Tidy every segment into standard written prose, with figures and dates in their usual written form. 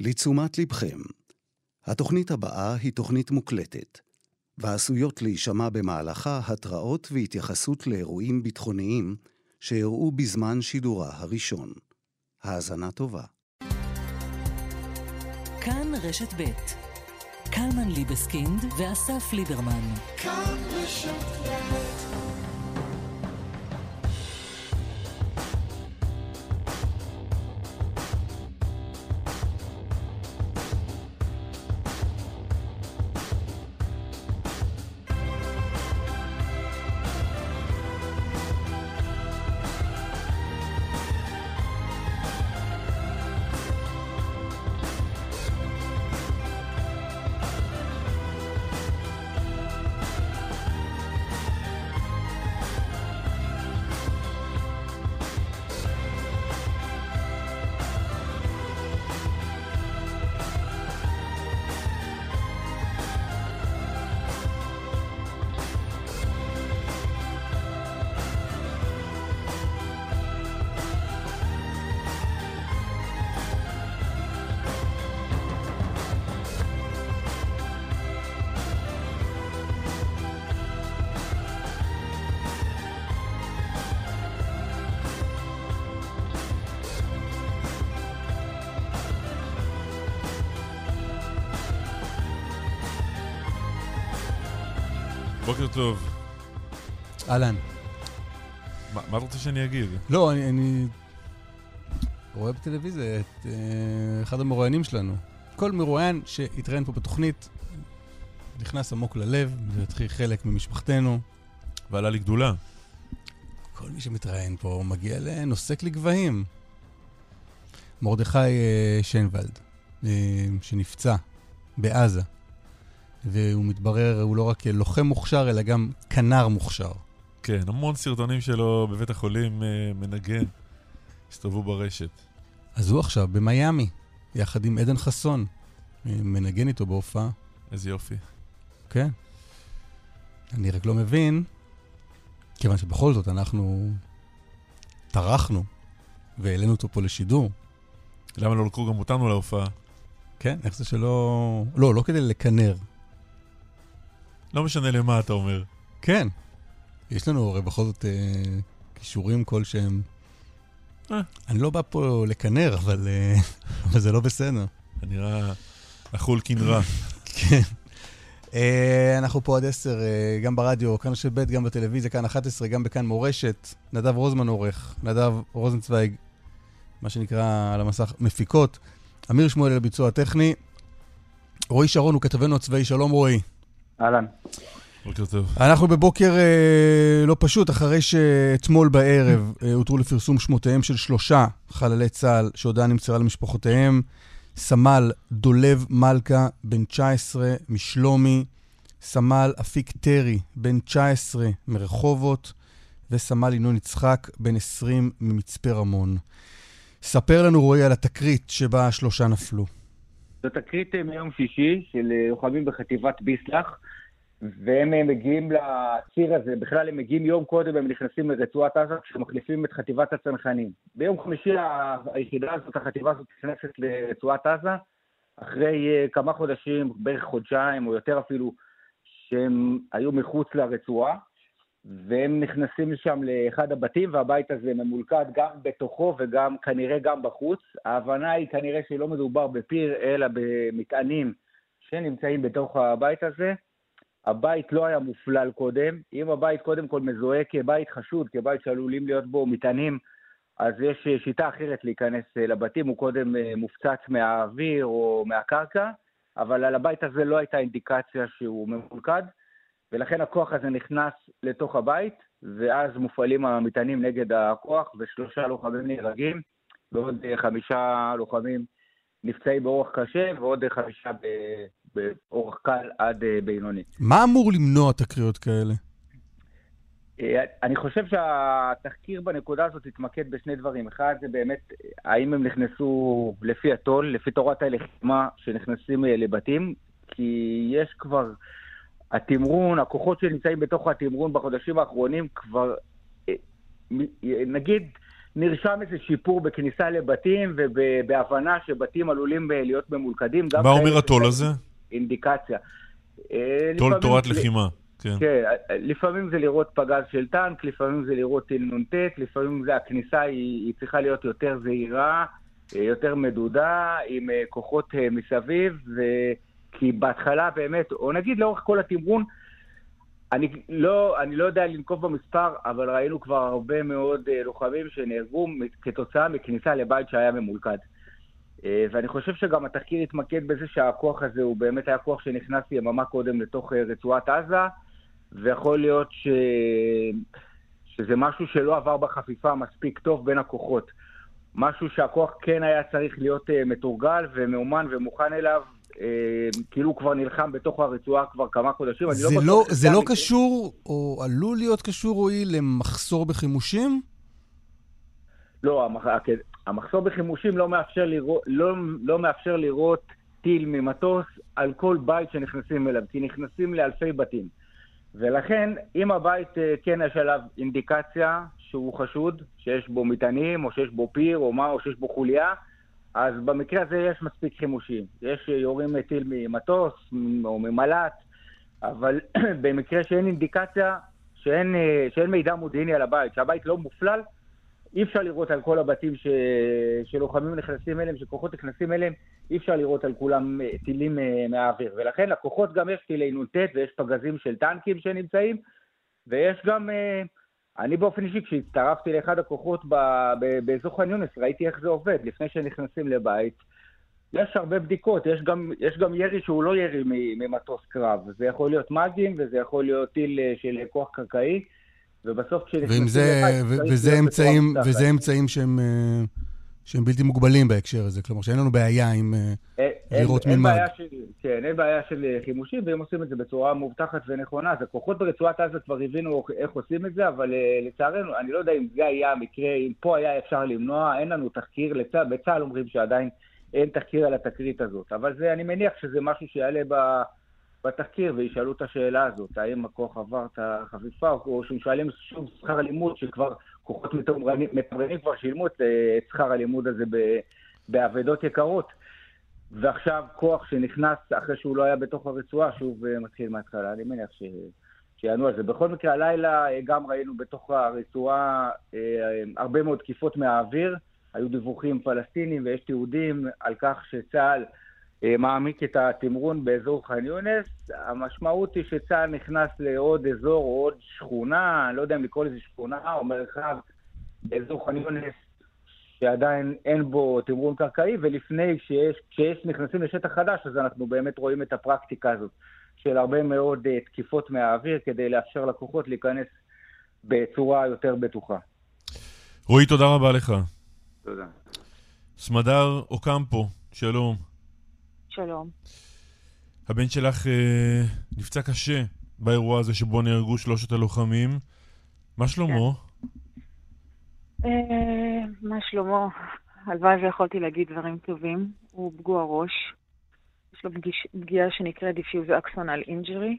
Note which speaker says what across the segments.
Speaker 1: לתשומת לבכם. התוכנית הבאה היא תוכנית מוקלטת, ועשויות להישמע במהלכה התראות והתייחסות לאירועים ביטחוניים שאירעו בזמן שידורה הראשון. האזנה טובה.
Speaker 2: כאן רשת ב' קלמן ליבסקינד ואסף ליברמן. כאן רשת ב'.
Speaker 3: בוקר טוב.
Speaker 4: אהלן.
Speaker 3: מה אתה רוצה שאני אגיד?
Speaker 4: לא, אני רואה בטלוויזיה את אחד המרואיינים שלנו. כל מרואיין שהתראיין פה בתוכנית נכנס עמוק ללב, והתחיל חלק ממשפחתנו.
Speaker 3: ועלה לי גדולה.
Speaker 4: כל מי שמתראיין פה מגיע לנוסק לגבהים. מרדכי שיינוולד, שנפצע בעזה. והוא מתברר, הוא לא רק לוחם מוכשר, אלא גם כנר מוכשר.
Speaker 3: כן, המון סרטונים שלו בבית החולים מנגן, הסתובבו ברשת.
Speaker 4: אז הוא עכשיו במיימי, יחד עם עדן חסון, מנגן איתו בהופעה.
Speaker 3: איזה יופי.
Speaker 4: כן. אני רק לא מבין, כיוון שבכל זאת אנחנו טרחנו, והעלינו אותו פה לשידור.
Speaker 3: למה לא לקחו גם אותנו להופעה?
Speaker 4: כן, איך זה שלא... לא כדי לקנר.
Speaker 3: לא משנה למה אתה אומר.
Speaker 4: כן. יש לנו הרי בכל זאת קישורים כלשהם. אני לא בא פה לקנר, אבל זה לא בסדר.
Speaker 3: אני נראה אכול כנראה.
Speaker 4: כן. אנחנו פה עד 10, גם ברדיו, כאן רשת ב', גם בטלוויזיה, כאן 11, גם בכאן מורשת. נדב רוזמן עורך, נדב רוזנצוויג, מה שנקרא על המסך מפיקות. אמיר שמואל לביצוע הטכני. רועי שרון הוא כתבנו הצבאי. שלום רועי.
Speaker 5: אהלן.
Speaker 3: בוקר טוב.
Speaker 4: אנחנו בבוקר לא פשוט, אחרי שאתמול בערב הותרו לפרסום שמותיהם של 3 חללי צה"ל שהודעה נמסרה למשפחותיהם. סמל דולב מלכה, בן 19 משלומי, סמל אפיק טרי, בן 19 מרחובות, וסמל ינון יצחק, בן 20 ממצפה רמון. ספר לנו רועי על התקרית שבה 3 נפלו.
Speaker 5: זו תקרית מיום שישי של לוחמים בחטיבת ביסלח, והם מגיעים לציר הזה, בכלל הם מגיעים יום קודם, הם נכנסים לרצועת עזה כשמחליפים את חטיבת הצנחנים. ביום חמישי היחידה הזאת, החטיבה הזאת נכנסת לרצועת עזה, אחרי כמה חודשים, בערך חודשיים או יותר אפילו, שהם היו מחוץ לרצועה, והם נכנסים לשם לאחד הבתים, והבית הזה ממולכד גם בתוכו וגם כנראה גם בחוץ. ההבנה היא כנראה שלא מדובר בפיר, אלא במטענים שנמצאים בתוך הבית הזה. הבית לא היה מופלל קודם. אם הבית קודם כל מזוהה כבית חשוד, כבית שעלולים להיות בו מטענים, אז יש שיטה אחרת להיכנס לבתים. הוא קודם מופצץ מהאוויר או מהקרקע, אבל על הבית הזה לא הייתה אינדיקציה שהוא ממולכד. ולכן הכוח הזה נכנס לתוך הבית, ואז מופעלים המטענים נגד הכוח, ו3 לוחמים נהרגים, ועוד 5 לוחמים נפצעים באורח קשה, ועוד 5 באורח קל עד בינוני.
Speaker 4: מה אמור למנוע תקריות כאלה?
Speaker 5: אני חושב שהתחקיר בנקודה הזאת התמקד בשני דברים. אחד זה באמת, האם הם נכנסו לפי התול, לפי תורת הלחימה שנכנסים לבתים, כי יש כבר... התמרון, הכוחות שנמצאים בתוך התמרון בחודשים האחרונים כבר, נגיד נרשם איזה שיפור בכניסה לבתים ובהבנה שבתים עלולים להיות ממולכדים.
Speaker 3: מה אומר התול הזה?
Speaker 5: אינדיקציה.
Speaker 3: תול תורת לחימה.
Speaker 5: כן, לפעמים זה לראות פגז של טנק, לפעמים זה לראות טיל נ"ט, לפעמים הכניסה היא צריכה להיות יותר זהירה, יותר מדודה, עם כוחות מסביב, כי בהתחלה באמת, או נגיד לאורך כל התמרון, אני לא יודע לנקוב במספר, אבל ראינו כבר הרבה מאוד לוחמים שנהרגו כתוצאה מכניסה לבית שהיה ממולכד. ואני חושב שגם התחקיר התמקד בזה שהכוח הזה הוא באמת היה כוח שנכנס יממה קודם לתוך רצועת עזה, ויכול להיות שזה משהו שלא עבר בחפיפה מספיק טוב בין הכוחות. משהו שהכוח כן היה צריך להיות מתורגל ומאומן ומוכן אליו, כאילו הוא כבר נלחם בתוך הרצועה כבר כמה חודשים.
Speaker 4: זה לא קשור, או עלול להיות קשור, רועי, למחסור בחימושים?
Speaker 5: לא, המחסור בחימושים לא מאפשר לראות טיל ממטוס על כל בית שנכנסים אליו, כי נכנסים לאלפי בתים. ולכן, אם הבית כן יש עליו אינדיקציה שהוא חשוד, שיש בו מטענים, או שיש בו פיר, או שיש בו חוליה, אז במקרה הזה יש מספיק חימושים. יש יורים טיל ממטוס, או ממלט, אבל במקרה שאין אינדיקציה, שאין מידע מודיעיני על הבית, שהבית לא מופלל, אי אפשר לראות על כל הבתים שלוחמים נכנסים אליהם, שכוחות נכנסים אליהם, אי אפשר לראות על כולם טילים מהאוויר. ולכן לכוחות גם יש טילי נ"ט ויש פגזים של טנקים שנמצאים, ויש גם, אני באופן אישי, כשהצטרפתי לאחד הכוחות באזור ח'אן יונס, ראיתי איך זה עובד. לפני שנכנסים לבית, יש הרבה בדיקות, יש גם ירי שהוא לא ירי ממטוס קרב. זה יכול להיות מגים וזה יכול להיות טיל של כוח קרקעי, ובסוף
Speaker 4: וזה אמצעים שהם בלתי מוגבלים בהקשר הזה, כלומר שאין לנו בעיה עם לראות ממד.
Speaker 5: כן, אין בעיה של חימושים, והם עושים את זה בצורה מובטחת ונכונה. אז הכוחות ברצועת עזה כבר הבינו איך עושים את זה, אבל לצערנו, אני לא יודע אם זה היה המקרה, אם פה היה אפשר למנוע, אין לנו תחקיר, בצה"ל אומרים שעדיין אין תחקיר על התקרית הזאת, אבל אני מניח שזה משהו שיעלה בתחקיר וישאלו את השאלה הזאת, האם הכוח עבר את החפיפה, או ששואלים שוב שכר הלימוד, שכבר כוחות מתמרנים כבר שילמו את שכר הלימוד הזה בעבודות יקרות, ועכשיו כוח שנכנס אחרי שהוא לא היה בתוך הרצועה, שוב מתחיל מההתחלה. אני מניח שיענו על זה. בכל מקרה, הלילה גם ראינו בתוך הרצועה הרבה מאוד תקיפות מהאוויר, היו דיווחים פלסטינים ויש תיעודים על כך שצה"ל מעמיק את התמרון באזור ח'אן יונס. המשמעות היא שצה"ל נכנס לעוד אזור או עוד שכונה, אני לא יודע אם לקרוא לזה שכונה או מרחב באזור ח'אן יונס שעדיין אין בו תמרון קרקעי, ולפני כשיש נכנסים לשטח חדש, אז אנחנו באמת רואים את הפרקטיקה הזאת של הרבה מאוד תקיפות מהאוויר כדי לאפשר לכוחות להיכנס בצורה יותר בטוחה.
Speaker 3: רועי, תודה רבה לך.
Speaker 5: תודה.
Speaker 3: סמדר אוקמפו, שלום.
Speaker 6: שלום.
Speaker 3: הבן שלך נפצע קשה באירוע הזה שבו נהרגו 3 הלוחמים. מה שלמה?
Speaker 6: מה שלמה? הלוואי ויכולתי להגיד דברים טובים. הוא פגוע ראש. יש לו פגיעה שנקראת diffuse axonal injury.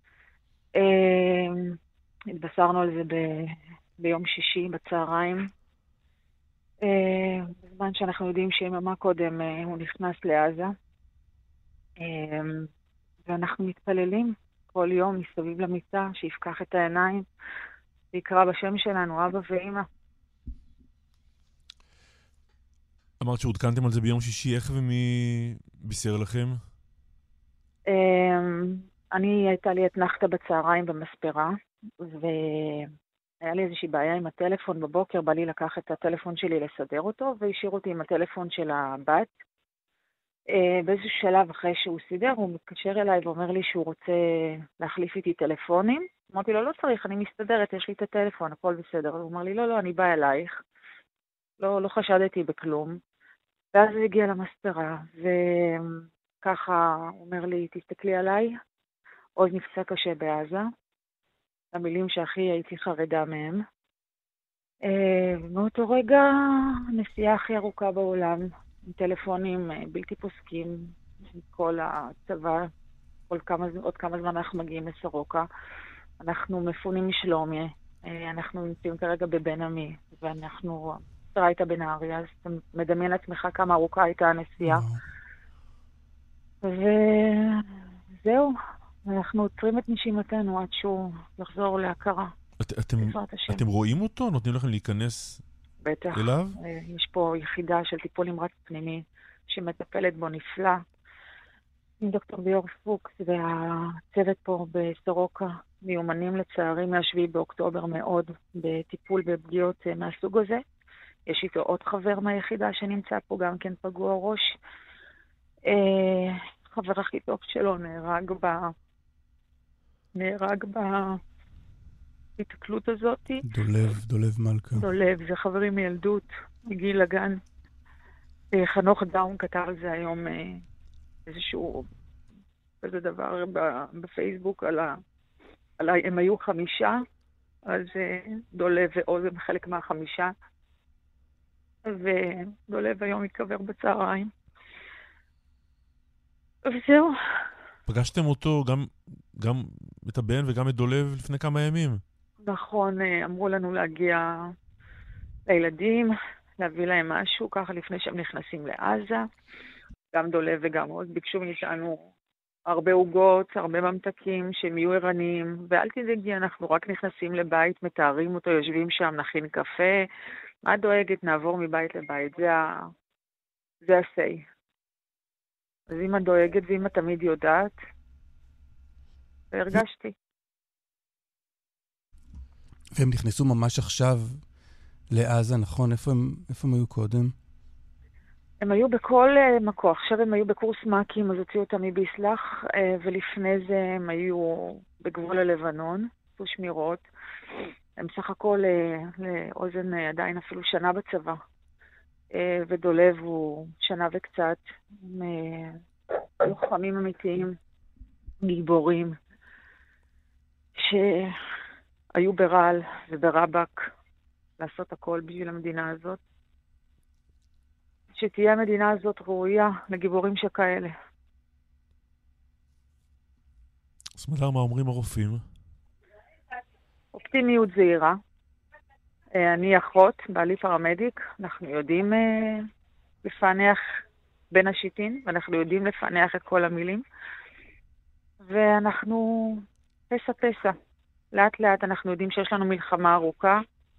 Speaker 6: התבשרנו על זה ביום שישי בצהריים. בזמן שאנחנו יודעים שיממה קודם הוא נכנס לעזה. ואנחנו מתפללים כל יום מסביב למיטה שיפקח את העיניים ויקרא בשם שלנו, אבא ואמא.
Speaker 3: אמרת שהודכנתם על זה ביום שישי, איך ומי בישר לכם?
Speaker 6: הייתה לי אתנחתה בצהריים במספרה, והיה לי איזושהי בעיה עם הטלפון בבוקר, בא לי לקח את הטלפון שלי לסדר אותו, והשאיר אותי עם הטלפון של הבת. באיזשהו שלב אחרי שהוא סידר, הוא מתקשר אליי ואומר לי שהוא רוצה להחליף איתי טלפונים. אמרתי לו, לא צריך, אני מסתדרת, יש לי את הטלפון, הכל בסדר. הוא אמר לי, לא, אני באה אלייך. לא חשדתי בכלום. ואז הוא הגיע למספרה, וככה הוא אומר לי, תסתכלי עליי, עוד נפצע קשה בעזה. המילים שהכי הייתי חרדה מהם. מאותו רגע, הנסיעה הכי ארוכה בעולם, עם טלפונים בלתי פוסקים, כל הצבא, עוד כמה זמן אנחנו מגיעים לסורוקה. אנחנו מפונים משלומי, אנחנו נמצאים כרגע בבן עמי, ואנחנו המשטרה הייתה בנהריה, אז אתה מדמיין לעצמך כמה ארוכה הייתה הנסיעה. וזהו, אנחנו עוצרים את נשימתנו עד שהוא יחזור להכרה.
Speaker 3: אתם רואים אותו? נותנים לכם להיכנס
Speaker 6: בטח.
Speaker 3: אליו?
Speaker 6: יש פה יחידה של טיפול נמרץ פנימי שמטפלת בו נפלא. עם דוקטור ביור פוקס והצוות פה בסורוקה מיומנים לצערי מה-7 באוקטובר מאוד בטיפול בפגיעות מהסוג הזה. יש איתו עוד חבר מהיחידה שנמצא פה, גם כן פגוע ראש. חבר הכי טוב שלו נהרג בהתקלות הזאת.
Speaker 4: דולב מלכה.
Speaker 6: דולב, זה חברים מילדות, מגיל הגן. חנוך דאון כתב על זה היום איזשהו כזה דבר בפייסבוק הם היו 5, אז דולב ועוז הם חלק מה5, ודולב היום מתקבר בצהריים. וזהו.
Speaker 3: פגשתם אותו, גם את הבן וגם את דולב לפני כמה ימים?
Speaker 6: נכון, אמרו לנו להגיע לילדים, להביא להם משהו ככה לפני שהם נכנסים לעזה. גם דולב וגם עוז ביקשו מאיתנו הרבה עוגות, הרבה ממתקים, שהם יהיו ערניים, ואל תדאגי, אנחנו רק נכנסים לבית, מתארים אותו, יושבים שם, נכין קפה, מה דואגת, נעבור מבית לבית, זה הסי. אז אמא דואגת ואמא תמיד יודעת, והרגשתי.
Speaker 4: והם נכנסו ממש עכשיו לעזה, נכון? איפה הם היו קודם?
Speaker 6: הם היו בכל מקום. עכשיו הם היו בקורס מקים, אז הוציאו אותם מביסלח, ולפני זה הם היו בגבול הלבנון, עשו שמירות. הם סך הכל לאוזן עדיין אפילו שנה בצבא. ודולב הוא שנה וקצת. לוחמים אמיתיים, גיבורים, שהיו ברעל וברבק לעשות הכל בשביל המדינה הזאת. שתהיה המדינה הזאת ראויה לגיבורים שכאלה.
Speaker 3: סמדר, מה אומרים הרופאים?
Speaker 6: אופטימיות זהירה. אני אחות, בעלי פרמדיק. אנחנו יודעים לפענח בין השיטין, ואנחנו יודעים לפענח את כל המילים. ואנחנו פסע. לאט לאט אנחנו יודעים שיש לנו מלחמה ארוכה.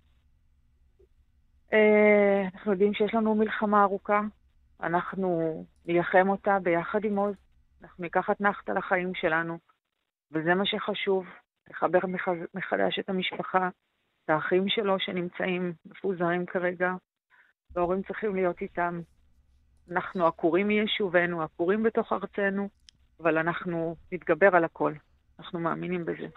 Speaker 6: אנחנו יודעים שיש לנו מלחמה ארוכה, אנחנו נייחם אותה ביחד עם עוז, אנחנו ניקח את נחת על החיים שלנו, וזה מה שחשוב, לחבר מחדש את המשפחה, את האחים שלו שנמצאים מפוזרים כרגע, וההורים צריכים להיות איתם. אנחנו עקורים מישובנו, עקורים בתוך ארצנו, אבל אנחנו נתגבר על הכל, אנחנו מאמינים בזה.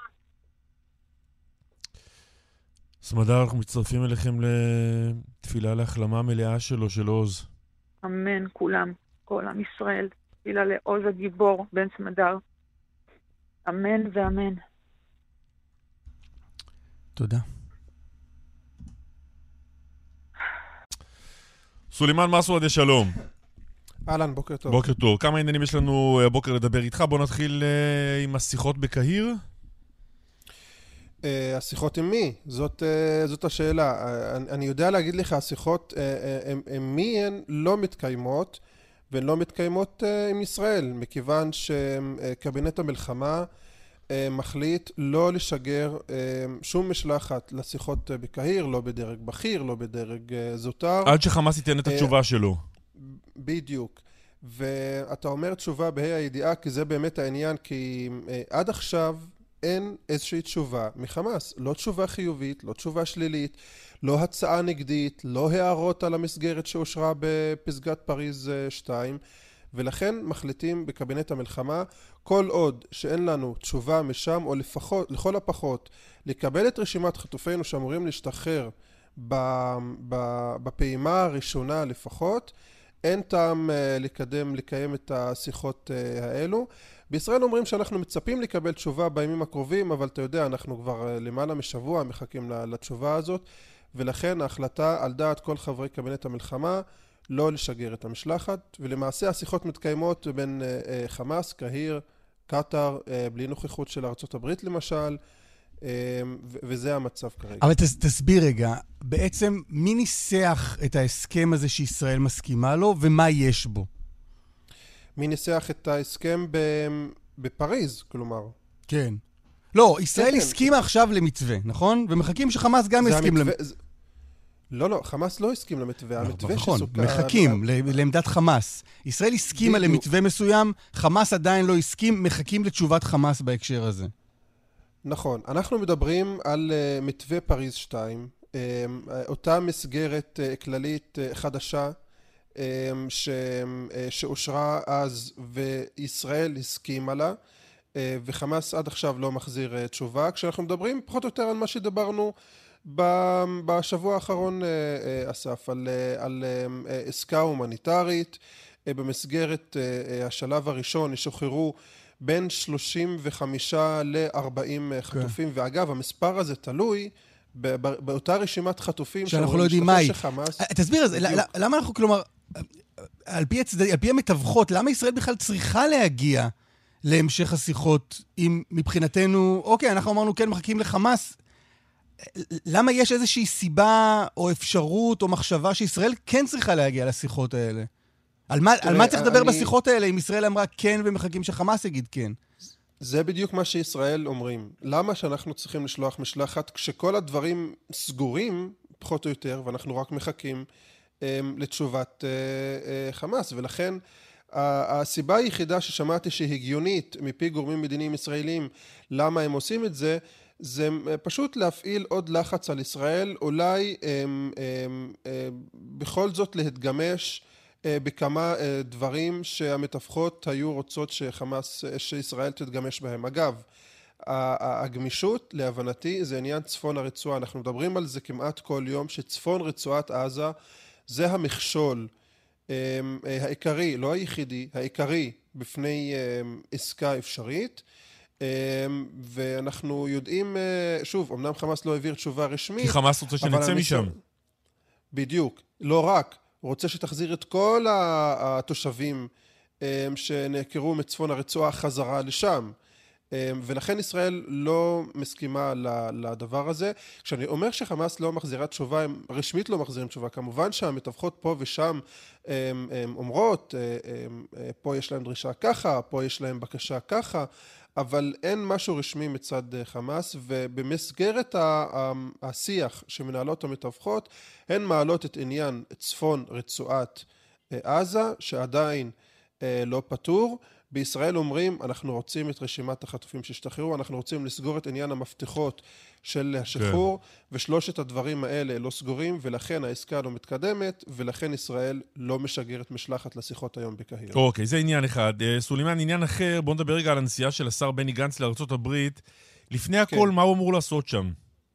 Speaker 3: סמדר, אנחנו מצטרפים אליכם לתפילה להחלמה מלאה שלו, של עוז.
Speaker 6: אמן, כולם, כל עם ישראל. תפילה לעוז הגיבור, בן סמדר. אמן ואמן.
Speaker 4: תודה.
Speaker 3: סולימן מסוודה, שלום.
Speaker 7: אהלן, בוקר טוב.
Speaker 3: בוקר טוב. כמה עניינים יש לנו בוקר לדבר איתך? בוא נתחיל עם השיחות בקהיר.
Speaker 7: השיחות עם מי? זאת השאלה. אני יודע להגיד לך, השיחות עם מי הן לא מתקיימות, והן לא מתקיימות עם ישראל, מכיוון שקבינט המלחמה מחליט לא לשגר שום משלחת לשיחות בקהיר, לא בדרג בכיר, לא בדרג זוטר.
Speaker 3: עד שחמאס ייתן את התשובה שלו.
Speaker 7: בדיוק. ואתה אומר תשובה בה"א הידיעה, כי זה באמת העניין, כי עד עכשיו אין איזושהי תשובה מחמאס, לא תשובה חיובית, לא תשובה שלילית, לא הצעה נגדית, לא הערות על המסגרת שאושרה בפסגת פריז 2, ולכן מחליטים בקבינט המלחמה, כל עוד שאין לנו תשובה משם, או לפחות, לכל הפחות, לקבל את רשימת חטופינו שאמורים להשתחרר בפעימה הראשונה לפחות, אין טעם לקיים את השיחות האלו. בישראל אומרים שאנחנו מצפים לקבל תשובה בימים הקרובים, אבל אתה יודע, אנחנו כבר למעלה משבוע מחכים לתשובה הזאת, ולכן ההחלטה על דעת כל חברי קבינט המלחמה לא לשגר את המשלחת, ולמעשה השיחות מתקיימות בין חמאס, קהיר, קטר, בלי נוכחות של ארצות הברית למשל, וזה המצב כרגע.
Speaker 4: אבל תסביר רגע, בעצם מי ניסח את ההסכם הזה שישראל מסכימה לו, ומה יש בו?
Speaker 7: מי ניסח את ההסכם בפריז, כלומר?
Speaker 4: כן. לא, ישראל הסכימה עכשיו למתווה, נכון? ומחכים שחמאס גם יסכים למתווה.
Speaker 7: לא, חמאס לא הסכים למתווה, המתווה
Speaker 4: נכון,
Speaker 7: שסוכם...
Speaker 4: מחכים לעמדת חמאס. ישראל הסכימה למתווה מסוים, חמאס עדיין לא הסכים, מחכים לתשובת חמאס בהקשר הזה.
Speaker 7: נכון, אנחנו מדברים על מתווה פריז 2, אותה מסגרת כללית חדשה שאושרה אז וישראל הסכימה לה, וחמאס עד עכשיו לא מחזיר תשובה, כשאנחנו מדברים פחות או יותר על מה שדיברנו בשבוע האחרון, אסף, על עסקה הומניטרית. במסגרת השלב הראשון ישוחררו בין 35 ל-40 חטופים, ואגב, המספר הזה תלוי באותה רשימת חטופים
Speaker 4: שאנחנו לא יודעים מהי. תסביר, למה אנחנו, כלומר, על פי המתווכות, למה ישראל בכלל צריכה להגיע להמשך השיחות, אם מבחינתנו, אוקיי, אנחנו אמרנו כן, מחכים לחמאס, למה יש איזושהי סיבה או אפשרות או מחשבה שישראל כן צריכה להגיע לשיחות האלה? על מה צריך לדבר בשיחות האלה אם ישראל אמרה כן ומחכים שחמאס יגיד כן?
Speaker 7: זה בדיוק מה שישראל אומרים. למה שאנחנו צריכים לשלוח משלחת כשכל הדברים סגורים, פחות או יותר, ואנחנו רק מחכים לתשובת חמאס? ולכן הסיבה היחידה ששמעתי שהיא הגיונית מפי גורמים מדיניים ישראלים, למה הם עושים את זה, זה פשוט להפעיל עוד לחץ על ישראל, אולי בכל זאת להתגמש בכמה דברים שהמתווכות היו רוצות שישראל תתגמש בהם. אגב, הגמישות להבנתי זה עניין צפון הרצועה, אנחנו מדברים על זה כמעט כל יום, שצפון רצועת עזה זה המכשול העיקרי, לא היחידי, העיקרי בפני עסקה אפשרית, ואנחנו יודעים, שוב, אמנם חמאס לא העביר תשובה רשמית,
Speaker 3: כי חמאס רוצה שנצא משם.
Speaker 7: בדיוק, לא רק, הוא רוצה שתחזיר את כל התושבים שנעקרו מצפון הרצועה חזרה לשם, ולכן ישראל לא מסכימה לדבר הזה. כשאני אומר שחמאס לא מחזירה תשובה, הם רשמית לא מחזירים תשובה, כמובן שהמתווכות פה ושם אומרות, פה יש להם דרישה ככה, פה יש להם בקשה ככה, אבל אין משהו רשמי מצד חמאס, ובמסגרת השיח שמנהלות המתווכות, הן מעלות את עניין צפון רצועת עזה, שעדיין לא פתור. בישראל אומרים, אנחנו רוצים את רשימת החטופים שהשתחררו, אנחנו רוצים לסגור את עניין המפתחות של השחרור, ושלושת הדברים האלה לא סגורים, ולכן העסקה לא מתקדמת, ולכן ישראל לא משגרת משלחת לשיחות היום בקהיר.
Speaker 3: אוקיי, זה עניין אחד. סולימאן, עניין אחר, בוא נדבר רגע על הנסיעה של השר בני גנץ לארצות הברית. לפני הכל, מה הוא אמור לעשות שם?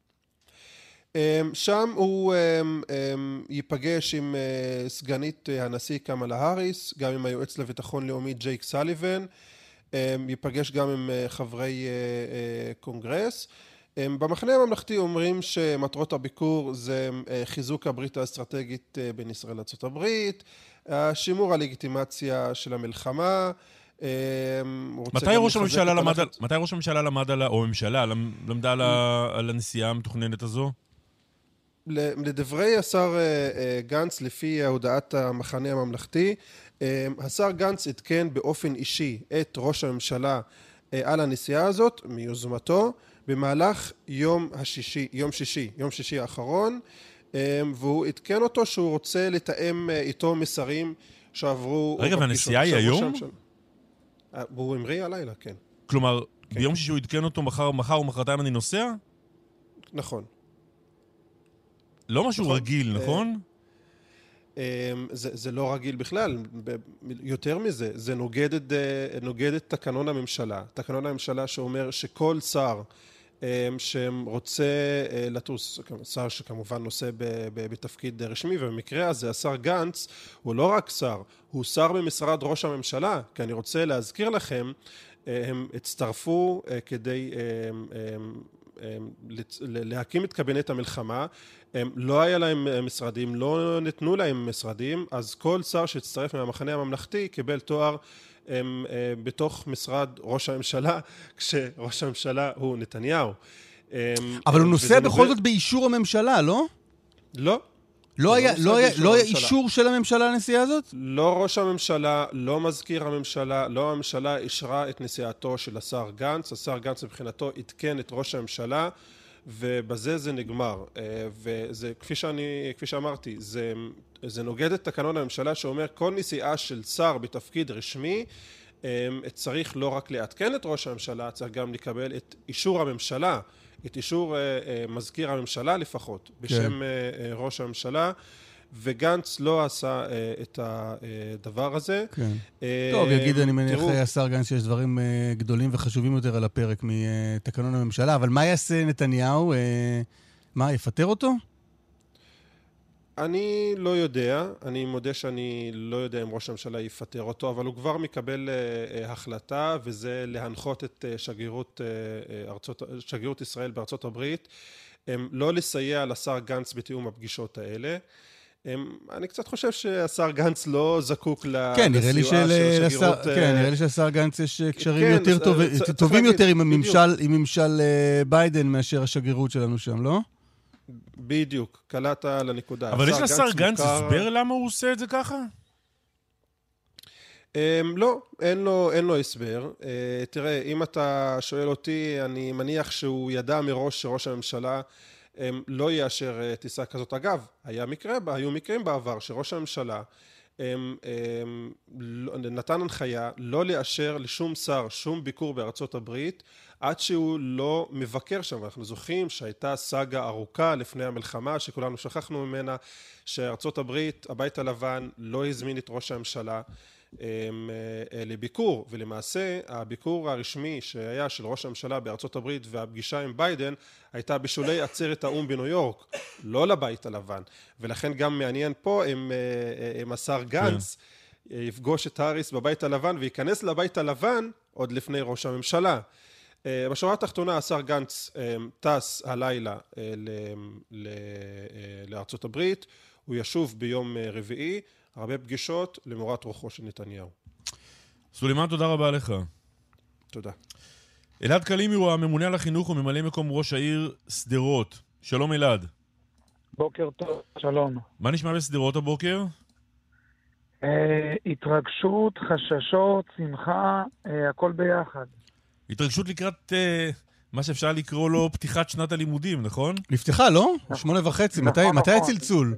Speaker 7: שם הוא ייפגש עם סגנית הנשיא קמאלה האריס, גם עם היועץ לביטחון לאומי ג'ייק סליבן, ייפגש גם עם חברי קונגרס. במחנה הממלכתי אומרים שמטרות הביקור זה חיזוק הברית האסטרטגית בין ישראל לארצות הברית, שימור הלגיטימציה של המלחמה.
Speaker 3: מתי ראש הממשלה למד על, או הממשלה למדה על הנסיעה המתוכננת הזו?
Speaker 7: לדברי השר גנץ, לפי הודעת המחנה הממלכתי, השר גנץ עדכן באופן אישי את ראש הממשלה על הנסיעה הזאת מיוזמתו במהלך יום שישי האחרון, והוא עדכן אותו שהוא רוצה לתאם איתו מסרים שעברו...
Speaker 3: רגע, והנסיעה היא היום?
Speaker 7: הוא המריא הלילה, כן.
Speaker 3: כלומר, ביום שישי הוא עדכן אותו מחר ומחרתיים אני נוסע? נכון. לא משהו רגיל, נכון?
Speaker 7: זה לא רגיל בכלל, יותר מזה, זה נוגד את תקנון הממשלה. תקנון הממשלה שאומר שכל שר שרוצה לטוס, שר שכמובן נושא בתפקיד רשמי, ובמקרה הזה השר גנץ הוא לא רק שר, הוא שר במשרד ראש הממשלה, כי אני רוצה להזכיר לכם, הם הצטרפו כדי להקים את קבינט המלחמה, לא היה להם משרדים, לא נתנו להם משרדים, אז כל שר שהצטרף מהמחנה הממלכתי קיבל תואר בתוך משרד ראש הממשלה, כשראש הממשלה הוא נתניהו.
Speaker 4: אבל הוא נוסע בכל זאת באישור הממשלה, לא?
Speaker 7: לא.
Speaker 4: לא היה אישור של הממשלה לנסיעה הזאת?
Speaker 7: לא ראש הממשלה, לא מזכיר הממשלה, לא הממשלה אישרה את נסיעתו של השר גנץ. השר גנץ מבחינתו התקן את ראש הממשלה, ובזה זה נגמר. וזה, כפי שאמרתי, זה נוגד את תקנון הממשלה שאומר כל נסיעה של שר בתפקיד רשמי, צריך לא רק לעדכן את ראש הממשלה, צריך גם לקבל את אישור הממשלה, את אישור מזכיר הממשלה לפחות, בשם ראש הממשלה, וגנץ לא עשה את הדבר הזה.
Speaker 4: כן. טוב, יגיד, אני מניח, השר גנץ שיש דברים גדולים וחשובים יותר על הפרק מתקנון הממשלה, אבל מה יעשה נתניהו? מה, יפטר אותו?
Speaker 7: אני לא יודע, אני מודה שאני לא יודע אם ראש הממשלה יפטר אותו, אבל הוא כבר מקבל החלטה, וזה להנחות את שגרירות ישראל בארצות הברית, לא לסייע לשר גנץ בתיאום הפגישות האלה. אני קצת חושב שהשר גנץ לא זקוק לסיוע של השגרירות.
Speaker 4: כן, נראה לי שהשר גנץ יש קשרים יותר טובים יותר עם ממשל ביידן מאשר השגרירות שלנו שם, לא?
Speaker 7: בדיוק, קלעת לנקודה.
Speaker 3: אבל יש לשר גנץ הסבר למה הוא עושה את זה ככה?
Speaker 7: לא, אין לו הסבר. תראה, אם אתה שואל אותי, אני מניח שהוא ידע מראש שראש הממשלה לא יאשר טיסה כזאת. אגב, היו מקרים בעבר שראש הממשלה נתן הנחיה לא לאשר לשום שר שום ביקור בארצות הברית עד שהוא לא מבקר שם. אנחנו זוכרים שהייתה סאגה ארוכה לפני המלחמה שכולנו שכחנו ממנה, שארצות הברית, הבית הלבן, לא הזמין את ראש הממשלה לביקור, ולמעשה הביקור הרשמי שהיה של ראש הממשלה בארצות הברית והפגישה עם ביידן הייתה בשולי עצרת האום בניו יורק, לא לבית הלבן. ולכן גם מעניין פה אם השר גנץ יפגוש את האריס בבית הלבן וייכנס לבית הלבן עוד לפני ראש הממשלה. בשורה התחתונה השר גנץ טס הלילה לארצות הברית, הוא ישוב ביום רביעי, הרבה פגישות למורת רוחו של נתניהו.
Speaker 3: סולימאן, תודה רבה לך.
Speaker 7: תודה.
Speaker 3: אלעד קלימי הוא הממונה על החינוך וממלא מקום ראש העיר סדרות. שלום אלעד.
Speaker 8: בוקר טוב, שלום.
Speaker 3: מה נשמע בסדרות הבוקר?
Speaker 8: התרגשות, חששות, שמחה, הכל ביחד.
Speaker 3: התרגשות לקראת מה שאפשר לקרוא לו פתיחת שנת הלימודים, נכון?
Speaker 4: נפתחה, לא? 8:30, מתי הצלצול?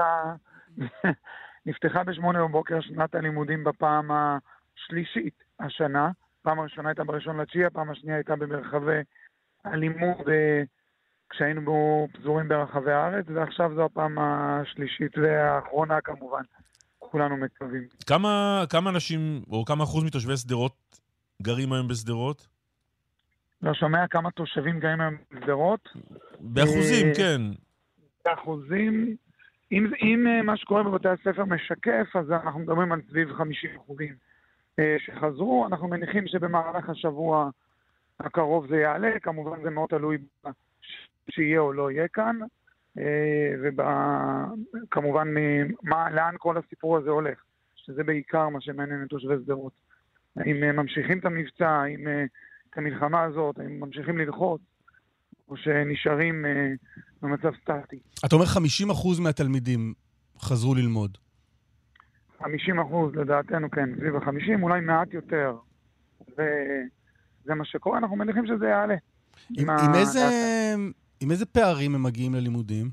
Speaker 8: נפתחה ב8:00 שנת הלימודים בפעם השלישית השנה. פעם הראשונה הייתה ב1.9, הפעם השנייה הייתה במרחבי הלימוד כשהיינו פזורים ברחבי הארץ, ועכשיו זו הפעם השלישית והאחרונה כמובן. כולנו מקווים.
Speaker 3: כמה אנשים, או כמה אחוז מתושבי סדרות גרים היום בסדרות?
Speaker 8: לא שומע כמה תושבים גרים היום בסדרות?
Speaker 3: באחוזים, כן.
Speaker 8: באחוזים, אם מה שקורה בבתי הספר משקף, אז אנחנו מדברים על סביב 50% שחזרו. אנחנו מניחים שבמהלך השבוע הקרוב זה יעלה, כמובן זה מאוד תלוי שיהיה או לא יהיה כאן, וכמובן לאן כל הסיפור הזה הולך, שזה בעיקר מה שמעניין את תושבי סדרות. האם ממשיכים את המבצע, האם את המלחמה הזאת, האם ממשיכים ללחוץ, או שנשארים במצב סטטי.
Speaker 4: אתה אומר 50% מהתלמידים חזרו ללמוד.
Speaker 8: 50% לדעתנו, כן, סביב ה-50, אולי מעט יותר. וזה מה שקורה, אנחנו מניחים שזה יעלה.
Speaker 4: עם איזה פערים הם מגיעים ללימודים?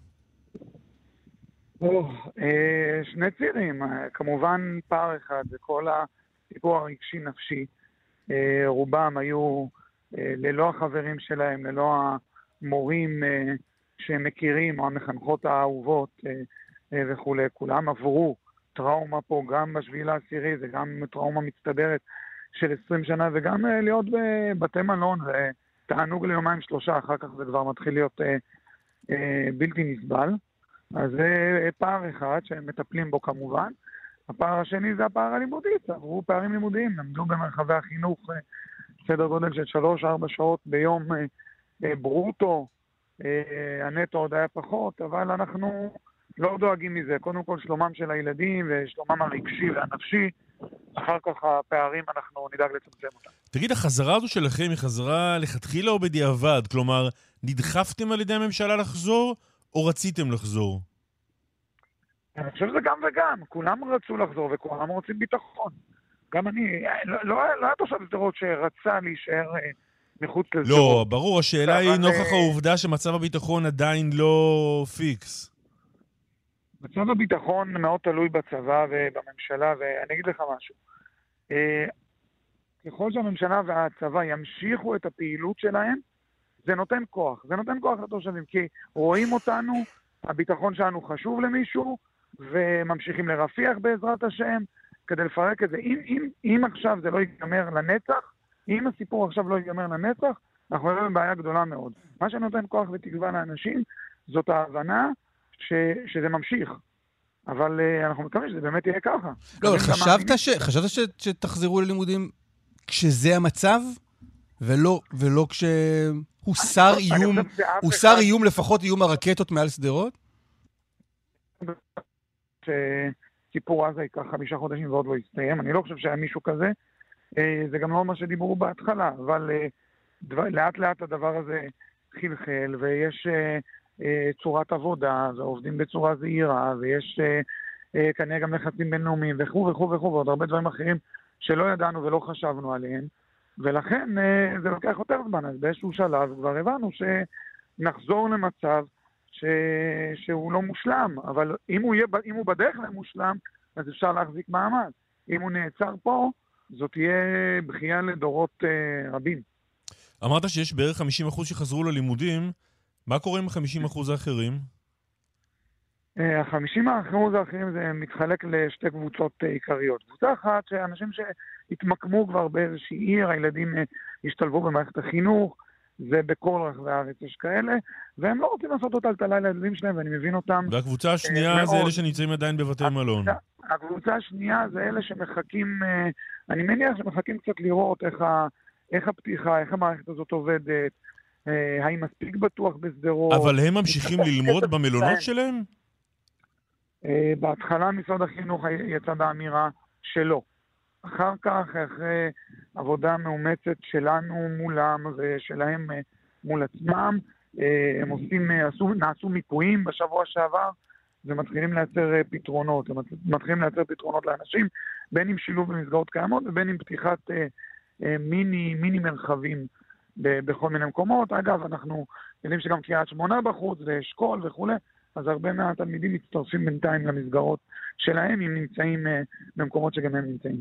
Speaker 8: שני צירים. כמובן פער אחד, זה כל הסיפור הרגשי נפשי. רובם היו ללא החברים שלהם, ללא המורים שהם מכירים, או המחנכות האהובות וכו'. כולם עברו טראומה פה, גם בשביעי לעשירי, זה גם טראומה מצטברת של 20 שנה, וגם להיות בבתי מלון, ותענוג ליומיים שלושה, אחר כך זה כבר מתחיל להיות בלתי נסבל. אז זה פער אחד שהם מטפלים בו כמובן. הפער השני זה הפער הלימודי, עברו פערים לימודיים, למדו במרחבי החינוך סדר גודל של 3-4 שעות ביום ברוטו, הנטו עוד היה פחות, אבל אנחנו לא דואגים מזה. קודם כל שלומם של הילדים ושלומם הרגשי והנפשי אחר כך הפערים אנחנו נדאג לצמצם אותם.
Speaker 3: תגיד, החזרה הזו שלכם היא חזרה לכתחילה או בדיעבד? כלומר, נדחפתם על ידי הממשלה לחזור, או רציתם לחזור?
Speaker 8: אני חושב שזה גם וגם. כולם רצו לחזור וכולם רוצים ביטחון. גם אני, לא היה תושב שדרות שרצה להישאר מחוץ לשדרות.
Speaker 3: לא, ברור, השאלה היא נוכח העובדה שמצב הביטחון עדיין לא פיקס.
Speaker 8: מצב הביטחון מאוד תלוי בצבא ובממשלה, ואני אגיד לך משהו. ככל שהממשלה והצבא ימשיכו את הפעילות שלהם, זה נותן כוח. זה נותן כוח לתושבים, כי רואים אותנו, הביטחון שלנו חשוב למישהו, וממשיכים לרפיח בעזרת השם, כדי לפרק את זה. אם עכשיו זה לא ייגמר לנצח, אם הסיפור עכשיו לא ייגמר לנצח, אנחנו נראה בעיה גדולה מאוד. מה שנותן כוח ותקווה לאנשים, זאת ההבנה שזה ממשיך. אבל אנחנו מקווים שזה באמת יהיה ככה.
Speaker 4: לא, חשבת שתחזרו ללימודים כשזה המצב, ולא כשהוסר איום, לפחות איום הרקטות מעל סדרות?
Speaker 8: סיפור עזה ייקח 5 חודשים ועוד לא יסתיים. אני לא חושב שהיה מישהו כזה. זה גם לא מה שדיברו בהתחלה, אבל לאט לאט הדבר הזה חלחל, ויש צורת עבודה, ועובדים בצורה זהירה, ויש כנראה גם לחצים בינלאומיים, וכו', ועוד הרבה דברים אחרים שלא ידענו ולא חשבנו עליהם, ולכן זה לוקח יותר זמן. אז באיזשהו שלב כבר הבנו שנחזור למצב שהוא לא מושלם, אבל אם הוא בדרך למושלם, אז אפשר להחזיק מעמד. אם הוא נעצר פה, זאת תהיה בכייה לדורות רבים.
Speaker 3: אמרת שיש בערך 50% שחזרו ללימודים, מה קורה עם ה-50% האחרים?
Speaker 8: ה-50% האחרים זה מתחלק לשתי קבוצות עיקריות. קבוצה אחת שאנשים שהתמקמו כבר באיזושהי עיר, הילדים השתלבו במערכת החינוך, זה בכל רחבי הארץ יש כאלה, והם לא רוצים לעשות אותה לטלה לילדים שלהם, ואני מבין אותם.
Speaker 3: והקבוצה השנייה זה אלה שנמצאים עדיין בבתי מלון.
Speaker 8: הקבוצה השנייה זה אלה שמחכים, אני מניח שמחכים קצת לראות איך הפתיחה, איך המערכת הזאת עובדת, האם מספיק בטוח בסדרות. אבל
Speaker 3: הם ממשיכים ללמוד במלונות שלהם?
Speaker 8: בהתחלה משרד החינוך יצא באמירה שלא. אחר כך, אחרי עבודה מאומצת שלנו מולם ושלהם מול עצמם, הם נעשו מיפויים בשבוע שעבר, ומתחילים לייצר פתרונות. הם מתחילים לייצר פתרונות לאנשים, בין אם שילוב במסגרות קיימות, ובין אם פתיחת מיני מרחבים בכל מיני מקומות. אגב, אנחנו יודעים שגם קריית שמונה בחוץ, ואשכול וכו', אז הרבה מהתלמידים מצטרפים בינתיים למסגרות שלהם, אם נמצאים במקומות שגם הם נמצאים.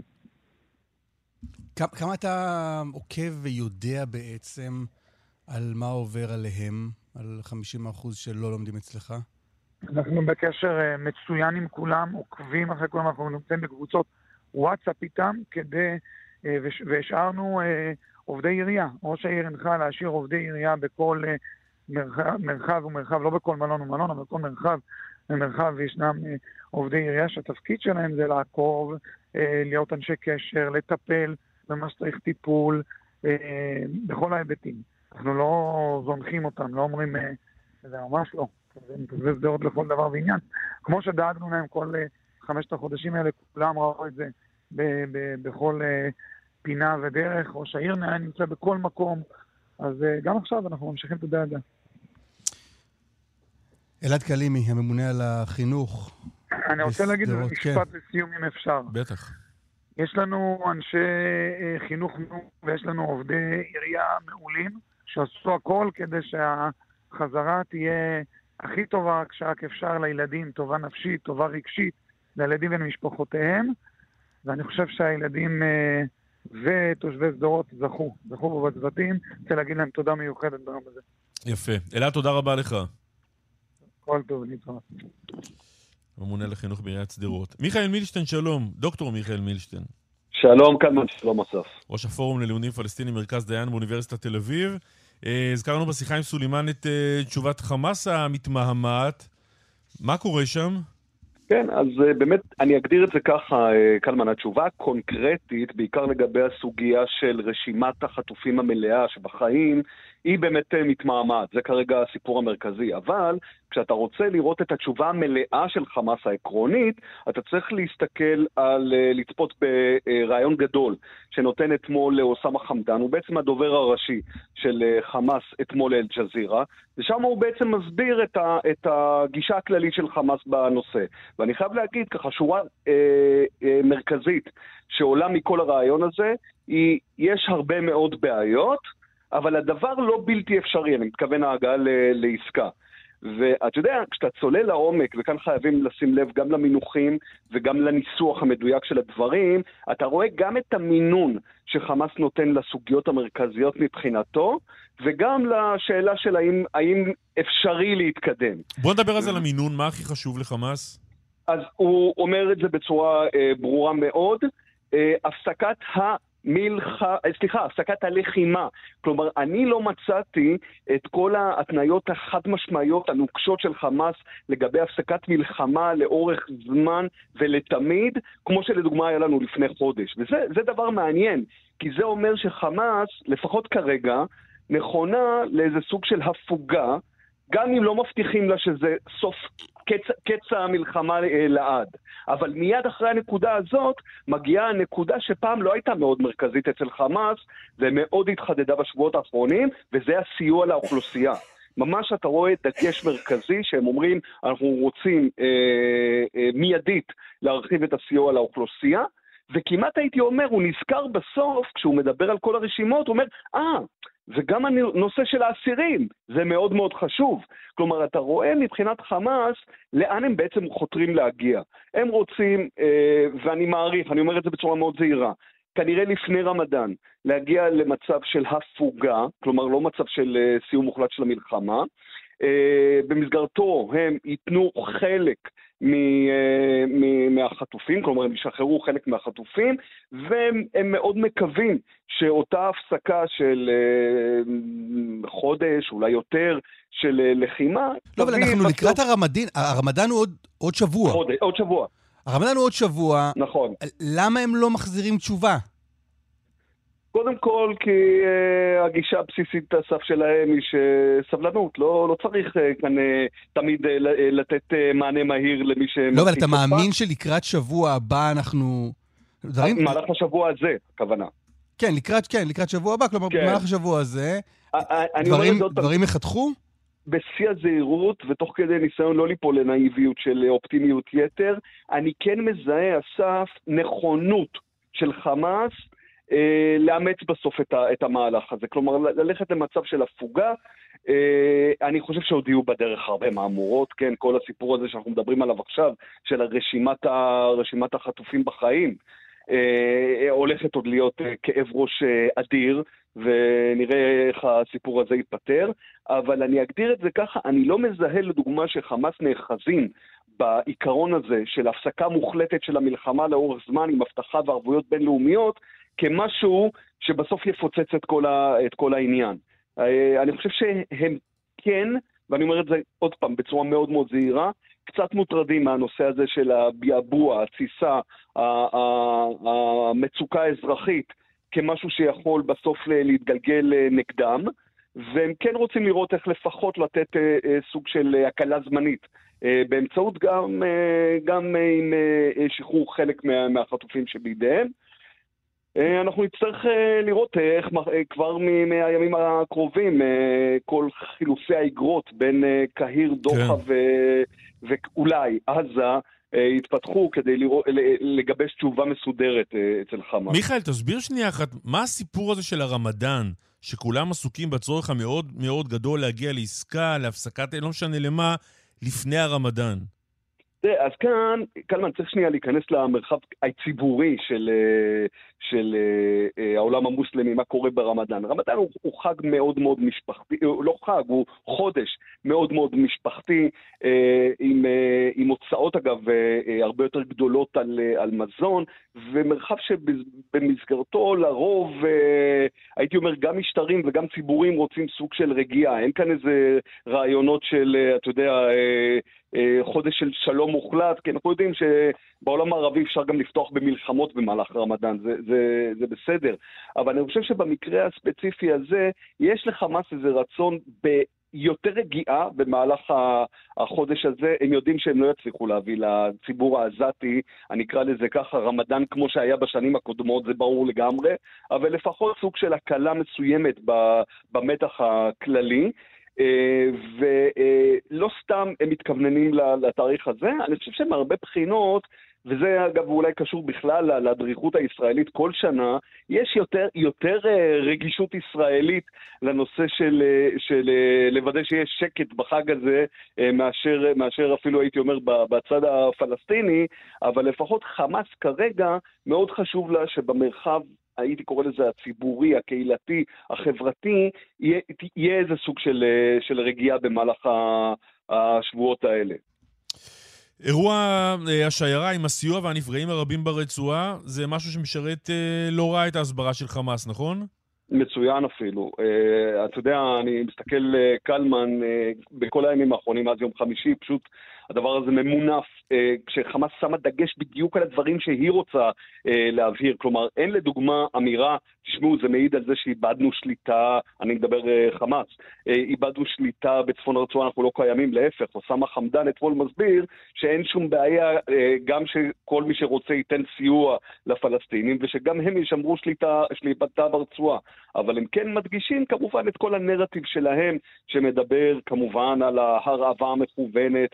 Speaker 4: כמה אתה עוקב ויודע בעצם על מה עובר עליהם, על 50% שלא לומדים אצלך?
Speaker 8: אנחנו בקשר מצוין עם כולם, עוקבים אחרי כולם, אנחנו נמצאים בקבוצות וואטסאפ איתם, והשארנו עובדי עירייה. ראש העיר הנחה להשאיר עובדי עירייה בכל מרחב ומרחב, לא בכל מלון ומלון, אבל בכל מרחב ומרחב ישנם עובדי עירייה שהתפקיד שלהם זה לעקוב, להיות אנשי קשר, לטפל במה שצריך טיפול, בכל ההיבטים. אנחנו לא זונחים אותם, לא אומרים, זה ממש לא. זה סדרות לכל דבר ועניין. כמו שדאגנו להם כל 5 החודשים האלה, כולם ראו את זה בכל פינה ודרך, ראש העיר נמצא בכל מקום, אז גם עכשיו אנחנו ממשיכים את הדאגה.
Speaker 4: אלעד קלימי, הממונה על החינוך.
Speaker 8: אני רוצה להגיד משפט לסיום אם אפשר.
Speaker 3: בטח.
Speaker 8: יש לנו אנשי חינוך ויש לנו עובדי עירייה מעולים, שעשו הכל כדי שהחזרה תהיה הכי טובה כשרק אפשר לילדים, טובה נפשית, טובה רגשית, לילדים ולמשפחותיהם, ואני חושב שהילדים ותושבי סדרות זכו בצוותים, רוצה להגיד להם תודה מיוחדת ביום הזה.
Speaker 3: יפה. אלעד, תודה רבה לך.
Speaker 8: כל טוב, להתראות.
Speaker 3: ממונה לחינוך בעיריית שדרות. מיכאל מילשטיין, שלום. דוקטור מיכאל מילשטיין.
Speaker 9: שלום, קלמן, שלום אסף.
Speaker 3: ראש הפורום ללימודים פלסטינים, מרכז דיין באוניברסיטת תל אביב. הזכרנו בשיחה עם סולימן את תשובת חמאס המתמהמת. מה קורה שם?
Speaker 9: כן, אז באמת אני אגדיר את זה ככה, קלמן, התשובה הקונקרטית, בעיקר לגבי הסוגיה של רשימת החטופים המלאה שבחיים, היא באמת מתמהמת, זה כרגע הסיפור המרכזי. אבל כשאתה רוצה לראות את התשובה המלאה של חמאס העקרונית, אתה צריך לצפות ברעיון גדול שנותן אתמול לאוסמה חמדאן, הוא בעצם הדובר הראשי של חמאס אתמול לאל-ג'זירה, ושם הוא בעצם מסביר את הגישה הכללית של חמאס בנושא. ואני חייב להגיד ככה, שורה מרכזית שעולה מכל הרעיון הזה, יש הרבה מאוד בעיות, אבל הדבר לא בלתי אפשרי, אני מתכוון ההגעה לעסקה. ואת יודע, כשאתה צולל לעומק, וכאן חייבים לשים לב גם למינוחים וגם לניסוח המדויק של הדברים, אתה רואה גם את המינון שחמאס נותן לסוגיות המרכזיות מבחינתו, וגם לשאלה של האם אפשרי להתקדם.
Speaker 3: בוא נדבר על המינון, מה הכי חשוב לחמאס?
Speaker 9: אז הוא אומר את זה בצורה ברורה מאוד, הפסקת הלחימה. כלומר, אני לא מצאתי את כל ההתניות החד משמעיות הנוקשות של חמאס לגבי הפסקת מלחמה לאורך זמן ולתמיד, כמו שלדוגמה היה לנו לפני חודש. וזה דבר מעניין, כי זה אומר שחמאס, לפחות כרגע, נכונה לאיזה סוג של הפוגה, גם אם לא מבטיחים לה שזה סוף קץ המלחמה לעד. אבל מיד אחרי הנקודה הזאת, מגיעה הנקודה שפעם לא הייתה מאוד מרכזית אצל חמאס, ומאוד התחדדה בשבועות האחרונים, וזה הסיוע לאוכלוסייה. ממש אתה רואה דגש מרכזי שהם אומרים, אנחנו רוצים מיידית להרחיב את הסיוע לאוכלוסייה, וכמעט הייתי אומר, הוא נזכר בסוף, כשהוא מדבר על כל הרשימות, הוא אומר, וגם הנושא של האסירים, זה מאוד מאוד חשוב. כלומר, אתה רואה מבחינת חמאס, לאן הם בעצם חותרים להגיע. הם רוצים, ואני מעריך, אני אומר את זה בצורה מאוד זהירה, כנראה לפני רמדאן, להגיע למצב של הפוגה, כלומר לא מצב של סיום מוחלט של המלחמה, במסגרתו הם ייתנו חלק מהחטופים, כלומר הם ישחררו חלק מהחטופים, והם מאוד מקווים שאותה הפסקה של חודש, אולי יותר, של לחימה...
Speaker 4: לא, אבל אנחנו לקראת הרמדאן הוא עוד שבוע.
Speaker 9: עוד שבוע.
Speaker 4: הרמדאן הוא עוד שבוע.
Speaker 9: נכון.
Speaker 4: למה הם לא מחזירים תשובה?
Speaker 9: קודם כל, כי הגישה הבסיסית הסף שלהם היא שסבלנות, לא צריך כאן תמיד לתת מענה מהיר למי ש...
Speaker 4: לא, אבל אתה מאמין שלקראת שבוע הבא אנחנו...
Speaker 9: מהלך השבוע הזה, הכוונה.
Speaker 4: כן, לקראת שבוע הבא, כלומר, במהלך השבוע הזה, דברים יחתכו?
Speaker 9: בשיא הזהירות, ותוך כדי ניסיון לא ליפול לנאיביות של אופטימיות יתר, אני כן מזהה, אסף, נכונות של חמאס, לאמץ בסוף את המהלך הזה. כלומר, ללכת למצב של הפוגה, אני חושב שעוד יהיו בדרך הרבה מהמורות, כן, כל הסיפור הזה שאנחנו מדברים עליו עכשיו, של רשימת החטופים בחיים, הולכת עוד להיות כאב ראש אדיר, ונראה איך הסיפור הזה ייפטר, אבל אני אגדיר את זה ככה, אני לא מזהה לדוגמה שחמאס נאחזים בעיקרון הזה של הפסקה מוחלטת של המלחמה לאורך זמן עם הבטחה וערבויות בינלאומיות, כמשהו שבסוף יפוצץ את כל העניין. אני חושב שהם כן, ואני אומר את זה עוד פעם בצורה מאוד מאוד זהירה, קצת מוטרדים מהנושא הזה של הביאבוע, התסיסה, המצוקה האזרחית, כמשהו שיכול בסוף להתגלגל נגדם, והם כן רוצים לראות איך לפחות לתת סוג של הקלה זמנית, באמצעות גם עם שחרור חלק מהחטופים שבידיהם. אנחנו נצטרך לראות איך כבר מהימים הקרובים כל חילופי האגרות בין קהיר, דוחה ואולי עזה התפתחו כדי לגבש תשובה מסודרת אצל חמאס.
Speaker 3: מיכאל, תסביר שנייה אחת, מה הסיפור הזה של הרמדאן, שכולם עסוקים בצורך המאוד מאוד גדול להגיע לעסקה, להפסקת, לא משנה למה, לפני הרמדאן?
Speaker 9: אז כאן, קלמן, צריך שנייה להיכנס למרחב הציבורי של העולם המוסלמי, מה קורה ברמדאן. רמדאן הוא חג מאוד מאוד משפחתי, לא חג, הוא חודש מאוד מאוד משפחתי, עם הוצאות אגב הרבה יותר גדולות על מזון, ומרחב שבמסגרתו לרוב, הייתי אומר, גם משטרים וגם ציבורים רוצים סוג של רגיעה. אין כאן איזה רעיונות של, אתה יודע, חודש של שלום מוחלט, כי אנחנו יודעים שבעולם הערבי אפשר גם לפתוח במלחמות במהלך רמדאן, זה בסדר. אבל אני חושב שבמקרה הספציפי הזה, יש לחמאס איזה רצון יותר רגיעה במהלך החודש הזה. הם יודעים שהם לא יצליחו להביא לציבור העזתי, אני אקרא לזה ככה, רמדאן כמו שהיה בשנים הקודמות, זה ברור לגמרי, אבל לפחות סוג של הקלה מסוימת במתח הכללי, ולא סתם הם מתכווננים לתאריך הזה. אני חושב שמהרבה בחינות, וזה אגב אולי קשור בכלל לדריכות הישראלית כל שנה, יש יותר רגישות ישראלית לנושא של לוודא שיש שקט בחג הזה, מאשר אפילו הייתי אומר בצד הפלסטיני, אבל לפחות חמאס כרגע מאוד חשוב לה שבמרחב, הייתי קורא לזה הציבורי, הקהילתי, החברתי, יהיה איזה סוג של רגיעה במהלך השבועות האלה.
Speaker 3: אירוע השיירה עם הסיוע והנפגעים הרבים ברצועה, זה משהו שמשרת לא רע את ההסברה של חמאס, נכון?
Speaker 9: מצוין אפילו. אתה יודע, אני מסתכל קלמן בכל הימים האחרונים, אז יום חמישי, פשוט הדבר הזה ממונף, כשחמאס שמה דגש בדיוק על הדברים שהיא רוצה להבהיר. כלומר, אין לדוגמה אמירה, תשמעו, זה מעיד על זה שאיבדנו שליטה, אני מדבר חמאס, איבדנו שליטה בצפון הרצועה, אנחנו לא קיימים, להפך. אוסאמה חמדאן אתמול מסביר שאין שום בעיה, גם שכל מי שרוצה ייתן סיוע לפלסטינים, ושגם הם ישמרו שליטה ברצועה. אבל הם כן מדגישים כמובן את כל הנרטיב שלהם, שמדבר כמובן על ההרעבה המכוונת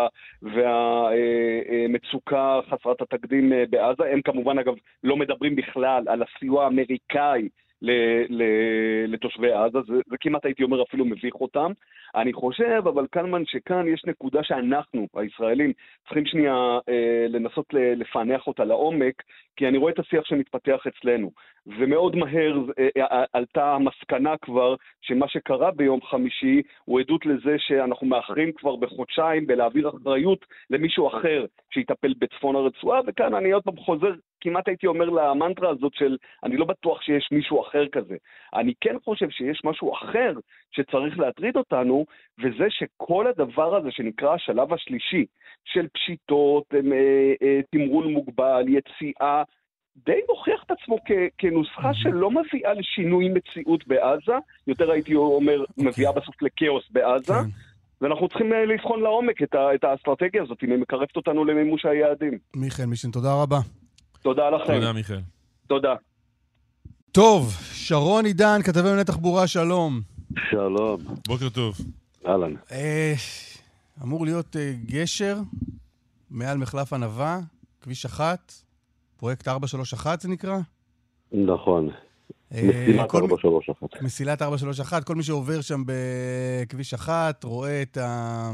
Speaker 9: והמצוקה חסרת התקדים בעזה. הם כמובן אגב לא מדברים בכלל על הסיוע האמריקאי לתושבי עזה, זה כמעט הייתי אומר אפילו מביך אותם. אני חושב אבל כאן יש נקודה שאנחנו הישראלים צריכים שנייה לנסות לפענח אותה לעומק, כי אני רואה את השיח שמתפתח אצלנו, ומאוד מהר עלתה המסקנה כבר שמה שקרה ביום חמישי הוא עדות לזה שאנחנו מאחרים כבר בחודשיים בלהעביר אחריות למישהו אחר שיטפל בצפון הרצועה, וכאן אני עוד פעם חוזר, כמעט הייתי אומר למנטרה הזאת של אני לא בטוח שיש מישהו אחר כזה. אני כן חושב שיש משהו אחר שצריך להטריד אותנו, וזה שכל הדבר הזה שנקרא השלב השלישי של פשיטות, תמרון מוגבל, יציאה, די מוכיח את עצמו כנוסחה שלא מביאה לשינוי מציאות בעזה, יותר הייתי אומר מביאה בסוף לקאוס בעזה, ואנחנו צריכים לבחון לעומק את האסטרטגיה הזאת, אם היא מקרבת אותנו למימוש היעדים.
Speaker 4: מיכאל מישן, תודה רבה.
Speaker 9: תודה לכם.
Speaker 3: תודה מיכאל.
Speaker 9: תודה.
Speaker 4: טוב, שרון עידן, כתבי ענייני תחבורה, שלום.
Speaker 10: שלום.
Speaker 3: בוקר טוב.
Speaker 10: אהלן.
Speaker 4: אמור להיות גשר מעל מחלף ענבה, כביש 1, פרויקט 431 זה נקרא?
Speaker 10: נכון. מסילת 431.
Speaker 4: מסילת 431, כל מי שעובר שם בכביש 1 רואה את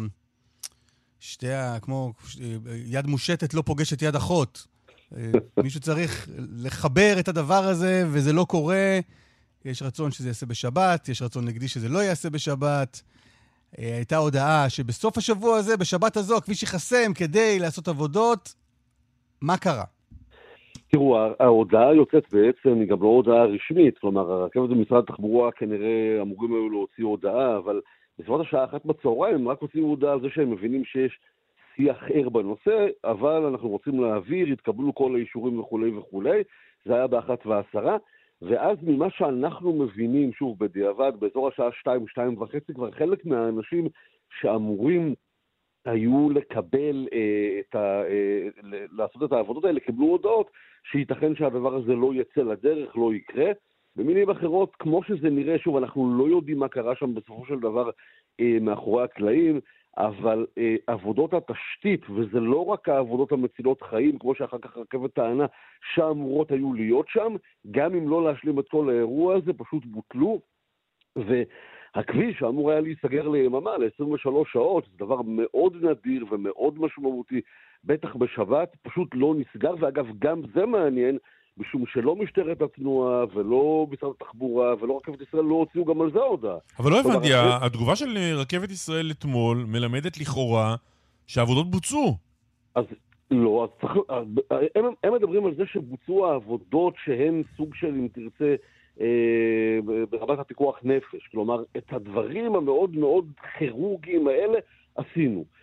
Speaker 4: כמו יד מושטת לא פוגשת יד אחות. מישהו צריך לחבר את הדבר הזה, וזה לא קורה. יש רצון שזה יעשה בשבת, יש רצון נגדי שזה לא יעשה בשבת. הייתה הודעה שבסוף השבוע הזה, בשבת הזו, הכביש יחסם כדי לעשות עבודות. מה קרה?
Speaker 10: תראו, ההודעה יוצאת בעצם, היא גם לא הודעה רשמית, כלומר, הרכבת במשרד התחבורה כנראה אמורים היו להוציא הודעה, אבל בסביבות השעה 1 בצהריים הם רק הוציאו הודעה על זה שהם מבינים שיש שיח ער בנושא, אבל אנחנו רוצים להעביר, התקבלו כל האישורים וכולי וכולי, זה היה ב1:10, ואז ממה שאנחנו מבינים, שוב בדיעבד, באזור השעה 2:30, כבר חלק מהאנשים שאמורים היו לקבל, לעשות את העבודות האלה, קיבלו הודעות שייתכן שהדבר הזה לא יצא לדרך, לא יקרה. במילים אחרות, כמו שזה נראה, שוב, אנחנו לא יודעים מה קרה שם בסופו של דבר מאחורי הקלעים, אבל עבודות התשתית, וזה לא רק העבודות המצילות חיים, כמו שאחר כך רכבת טענה, שאמורות היו להיות שם, גם אם לא להשלים את כל האירוע הזה, פשוט בוטלו, והכביש שאמור היה להיסגר ליממה, ל-23 שעות, זה דבר מאוד נדיר ומאוד משמעותי, בטח בשבת, פשוט לא נסגר, ואגב, גם זה מעניין, משום שלא משטרת התנועה, ולא משרד התחבורה, ולא רכבת ישראל, לא הוציאו גם על זה הודעה. אבל
Speaker 3: לא הבנתי, התגובה של רכבת ישראל אתמול מלמדת לכאורה שהעבודות בוצעו.
Speaker 10: אז לא, הם מדברים על זה שבוצעו העבודות שהן סוג של, אם תרצה, ברמת הפיקוח נפש. כלומר, את הדברים המאוד מאוד כירורגיים האלה עשינו.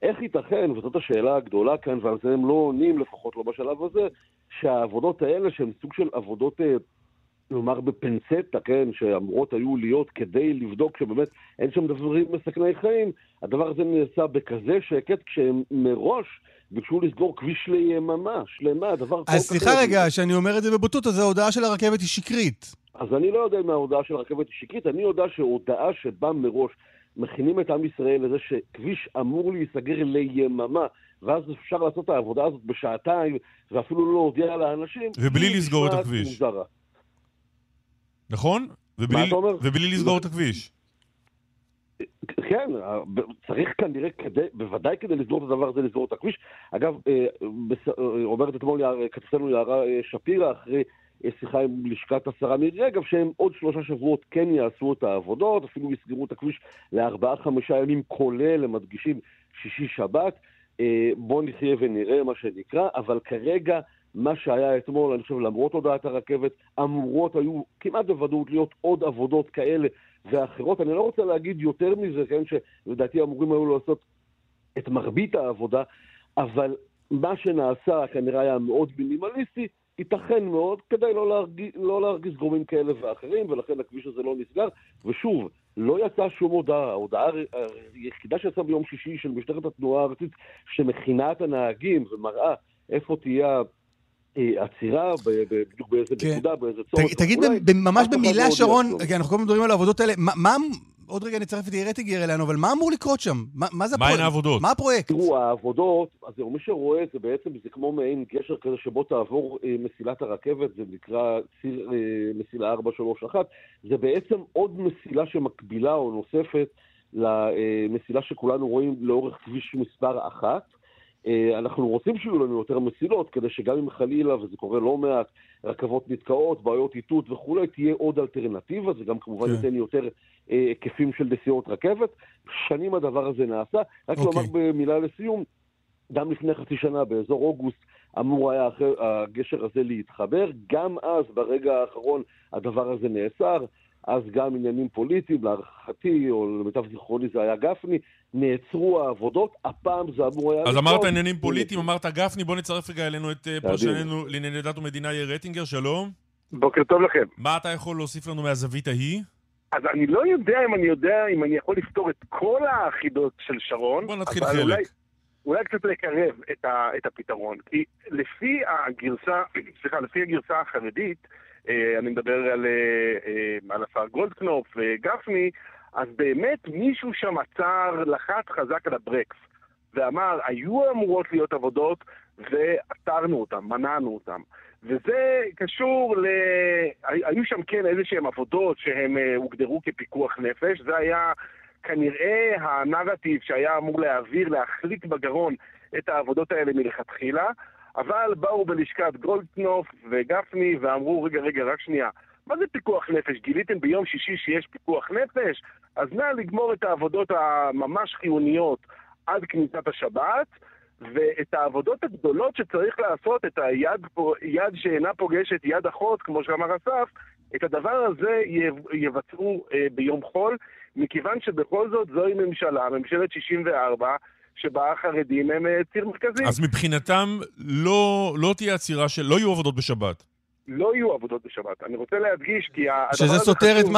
Speaker 10: איך ייתכן, וזאת השאלה הגדולה כאן, ועל זה הם לא עונים, לפחות לא בשלב הזה, שהעבודות האלה, שהן סוג של עבודות, נאמר בפנצטה, כן, שאמורות היו להיות כדי לבדוק שבאמת אין שם דברים מסכני חיים, הדבר הזה נעשה בכזה שקט, כשהם מראש ביקשו לסגור כביש ליממה, שלמה, דבר כל כך...
Speaker 4: אז סליחה רגע, שאני אומר את זה בבוטות, אז ההודעה של הרכבת היא שקרית.
Speaker 10: אז אני לא יודע אם ההודעה של הרכבת היא שקרית, אני יודע שהודעה שבה מראש מכינים את עם ישראל לזה שכביש אמור להיסגר ליממה, ואז אפשר לעשות את העבודה הזאת בשעתיים, ואפילו לא להודיע לאנשים...
Speaker 3: ובלי לסגור את הכביש.
Speaker 10: מוזרה.
Speaker 3: נכון? ובלי לסגור את הכביש.
Speaker 10: כן, צריך כנראה, בוודאי כדי לסגור את הדבר הזה, לסגור את הכביש. אגב, אומרת אתמול כתבתנו יערה שפירא, אחרי שיחה עם לשכת השרה מירי רגב, שהם עוד 3 שבועות כן יעשו את העבודות, אפילו יסגרו את הכביש ל4-5 ימים, כולל, הם מדגישים, שישי שבת. בוא נחיה ונראה מה שנקרא, אבל כרגע מה שהיה אתמול, אני חושב, למרות הודעת הרכבת, אמורות היו כמעט בוודאות להיות עוד עבודות כאלה ואחרות. אני לא רוצה להגיד יותר מזה, כן, שלדעתי אמורים היו לעשות את מרבית העבודה, אבל מה שנעשה כנראה היה מאוד מינימליסטי, ייתכן מאוד, כדי לא להרגיז גורמים כאלה ואחרים, ולכן הכביש הזה לא נסגר. ושוב, לא יצאה שום הודעה. ההודעה היחידה שיצאה ביום שישי של משטרת התנועה הארצית, שמכינה את הנהגים ומראה איפה תהיה עצירה, בדיוק באיזה נקודה, באיזה צורך.
Speaker 4: תגיד ממש במילה, שרון, אנחנו כל הזמן מדברים על העבודות האלה, עוד רגע נצרף את יערה תגר אלינו, אבל מה אמור לקרות שם? מה זה הפרויקט?
Speaker 3: מה הן העבודות?
Speaker 4: מה הפרויקט?
Speaker 10: תראו, העבודות, אז מי שרואה את זה בעצם, זה כמו מעין גשר כזה שבו תעבור מסילת הרכבת, זה נקרא ציר מסילה 431, זה בעצם עוד מסילה שמקבילה או נוספת למסילה שכולנו רואים לאורך כביש מספר 1, אנחנו רוצים שיהיו לנו יותר מסילות, כדי שגם אם חלילה, וזה קורה לא מעט, רכבות נתקעות, בעיות איתות וכולי, תהיה עוד אלטרנטיבה, זה גם כמובן ייתן יותר היקפים של נסיעות רכבת. שנים הדבר הזה נעשה. רק לומר במילה לסיום, גם לפני חצי שנה, באזור אוגוסט, אמור היה הגשר הזה להתחבר, גם אז ברגע האחרון הדבר הזה נאסר, אז גם עניינים פוליטיים, להערכתי, או למיטב זיכרוני זה היה גפני, נעצרו העבודות, הפעם זה אמור היה...
Speaker 3: אז אמרת עניינים פוליטיים, אמרת גפני, בוא נצרף רגע אלינו את פרשננו לענייני דת ומדינה יאיר רטינגר, שלום.
Speaker 11: בוקר טוב לכם.
Speaker 3: מה אתה יכול להוסיף לנו מהזווית ההיא?
Speaker 11: אז אני לא יודע אם אני יכול לפתור את כל האחידות של שרון.
Speaker 3: בוא נתחיל חלק.
Speaker 11: אולי קצת לקרב את הפתרון, כי לפי הגרסה החרדית, אני מדבר על השר גולדקנופ וגפני, אז באמת מישהו שם עצר, לחץ חזק על הברקס, ואמר, היו אמורות להיות עבודות, ועצרנו אותם, מנענו אותם. וזה קשור היו שם כן איזשהם עבודות שהם הוגדרו כפיקוח נפש, זה היה כנראה הנרטיב שהיה אמור להחליק בגרון את העבודות האלה מלכתחילה, אבל באו בלשכת גולדקנופ וגפני ואמרו, רגע, רק שנייה, מה זה פיקוח נפש? גיליתם ביום שישי שיש פיקוח נפש? אז נא לגמור את העבודות הממש חיוניות עד כניסת השבת, ואת העבודות הגדולות שצריך לעשות, את היד שאינה פוגשת יד אחות, כמו שאמר אסף, את הדבר הזה יבצעו ביום חול, מכיוון שבכל זאת זוהי ממשלת 64, שבה החרדים הם ציר מרכזי.
Speaker 3: אז מבחינתם לא תהיה עצירה לא יהיו עבודות בשבת.
Speaker 11: לא יהיו עבודות בשבת. אני רוצה להדגיש כי
Speaker 4: שזה סותר את מה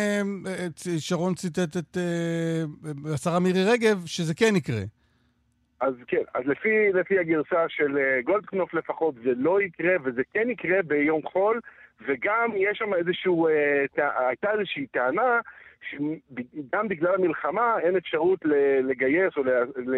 Speaker 4: ששרון ציטט את השרה מירי רגב, שזה כן יקרה.
Speaker 11: אז כן, אז לפי הגרסה של גולדקנופ לפחות זה לא יקרה, וזה כן יקרה ביום חול, וגם יש שם הייתה איזושהי טענה, שגם בגלל המלחמה אין אפשרות לגייס או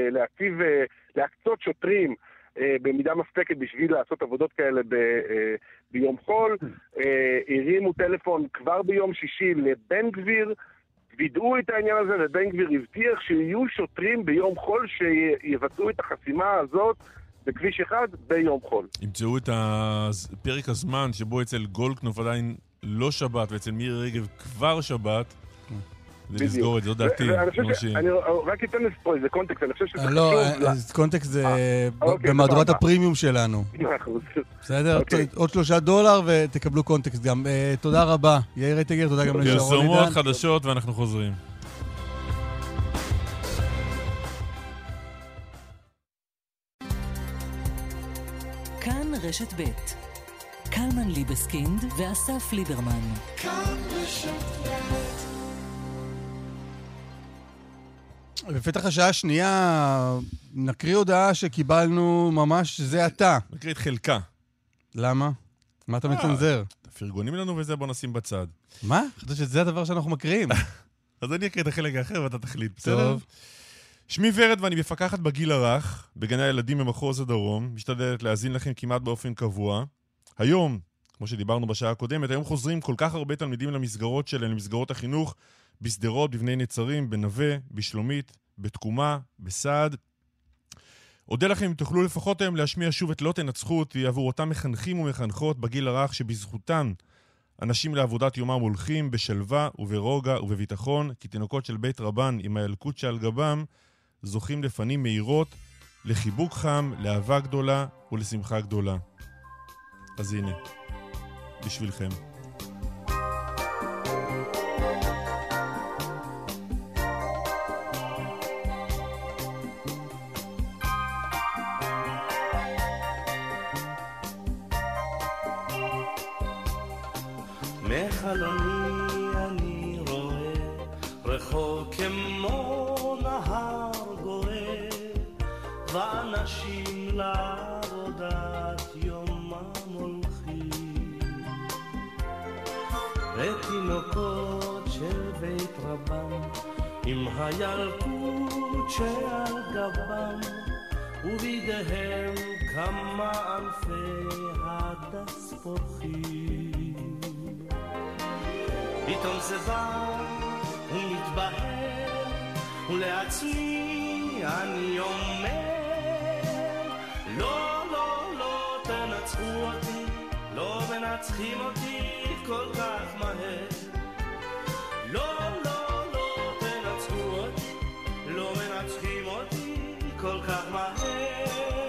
Speaker 11: להקצות שוטרים במידה מספקת בשביל לעשות עבודות כאלה ביום חול. הרימו טלפון כבר ביום שישי לבן גביר, וידעו את העניין הזה, ובן גביר הבטיח שיהיו שוטרים ביום חול שיבצעו את החסימה הזאת בכביש אחד ביום חול.
Speaker 3: ימצאו את פרק הזמן שבו אצל גולדקנופ עדיין לא שבת, ואצל מירי רגב כבר שבת, זה לסגור את זה, לא דעתי.
Speaker 11: אני רק אתן פה איזה קונטקסט, אני חושב שזה חשוב.
Speaker 4: לא, קונטקסט זה במהדורת הפרימיום שלנו. בסדר? עוד $3 ותקבלו קונטקסט גם. תודה רבה. יאיר רטינגר, תודה גם לשרון עידן.
Speaker 3: פרסומות חדשות ואנחנו חוזרים.
Speaker 2: רשת ב'. קלמן ליבסקינד ואסף ליברמן. כאן רשת ב'.
Speaker 4: בפתח השעה השנייה נקריא הודעה שקיבלנו ממש זה עתה.
Speaker 3: נקריא את חלקה.
Speaker 4: למה? מה אתה מצנזר?
Speaker 3: פרגונים לנו וזה בוא נשים בצד.
Speaker 4: מה? חושב שזה הדבר שאנחנו מקריאים.
Speaker 3: אז אני אקריא את החלק האחר ואתה תחליט, בסדר? שמי ורד ואני מפקחת בגיל הרך, בגני הילדים במחוז הדרום, משתדלת להזין לכם כמעט באופן קבוע. היום, כמו שדיברנו בשעה הקודמת, היום חוזרים כל כך הרבה תלמידים למסגרות שלהם, למסגרות החינוך, בסדרות, בבני נצרים, בנווה, בשלומית, בתקומה, בסעד. אודה לכם אם תוכלו לפחות היום להשמיע שוב את לא תנצחו אותי עבור אותם מחנכים ומחנכות בגיל הרך שבזכותן אנשים לעבודת יומם הולכים בשלווה וברוגע ובביטחון, כי תינוקות של בית רבן עם הילקוט שעל גבם זוכים לפנים מהירות, לחיבוק חם, לאהבה גדולה ולשמחה גדולה. אז הנה, בשבילכם.
Speaker 12: מחלוני אני רואה רחוק כמו נהר גואה ואנשים לעבודת יומם הולכים ותינוקות של בית רבם עם הילקוט שעל גבם ובידיהם כמה ענפי הדס פורחים פתאום זה בא ומתבהר ולעצמי אני אומר לא, לא, לא תנצחו אותי לא מנצחים אותי כל כך מהר לא, לא, לא תנצחו אותי לא מנצחים אותי כל כך מהר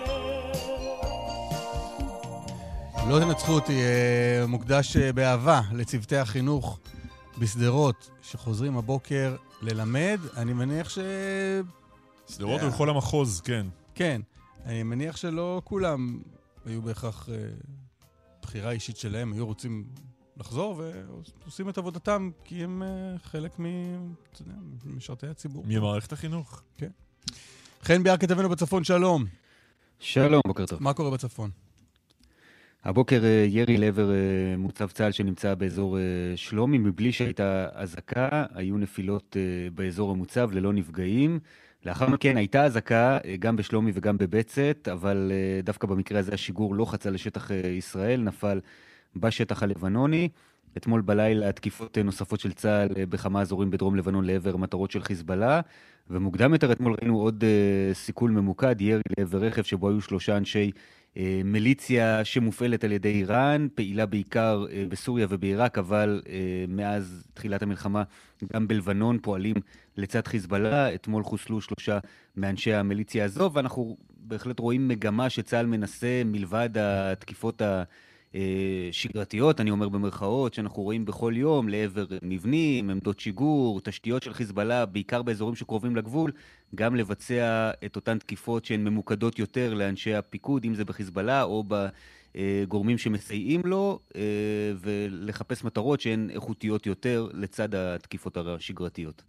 Speaker 4: לא תנצחו אותי מוקדש באהבה לצוותי החינוך בסדרות שחוזרים הבוקר ללמד. אני מניח
Speaker 3: סדרות בכל המחוז, כן.
Speaker 4: כן. אני מניח שלא כולם היו בהכרח בחירה אישית שלהם, היו רוצים לחזור ועושים את עבודתם כי הם חלק משרתי הציבור.
Speaker 3: ממערכת החינוך.
Speaker 4: כן. חן ביאר כתבנו בצפון, שלום.
Speaker 13: שלום, בוקר טוב.
Speaker 4: מה קורה בצפון?
Speaker 13: הבוקר ירי לעבר מוצב צה"ל שנמצא באזור שלומי, מבלי שהייתה אזעקה, היו נפילות באזור המוצב ללא נפגעים. לאחר מכן הייתה אזעקה גם בשלומי וגם בבצת, אבל דווקא במקרה הזה השיגור לא חצה לשטח ישראל, נפל בשטח הלבנוני. אתמול בלילה התקיפות נוספות של צה"ל בכמה אזורים בדרום לבנון לעבר מטרות של חיזבאללה, ומוקדם יותר אתמול ראינו עוד סיכול ממוקד, ירי לעבר רכב שבו היו 3 אנשי מיליציה שמופעלת על ידי איראן, פעילה בעיקר בסוריה ובעיראק, אבל מאז תחילת המלחמה גם בלבנון פועלים לצד חיזבאללה. אתמול חוסלו 3 מאנשי המיליציה הזו, ואנחנו בהחלט רואים מגמה שצה"ל מנסה מלבד התקיפות שגרתיות, אני אומר במרכאות, שאנחנו רואים בכל יום לעבר מבנים, עמדות שיגור, תשתיות של חיזבאללה, בעיקר באזורים שקרובים לגבול, גם לבצע את אותן תקיפות שהן ממוקדות יותר לאנשי הפיקוד, אם זה בחיזבאללה או בגורמים שמסייעים לו, ולחפש מטרות שהן איכותיות יותר לצד התקיפות השגרתיות.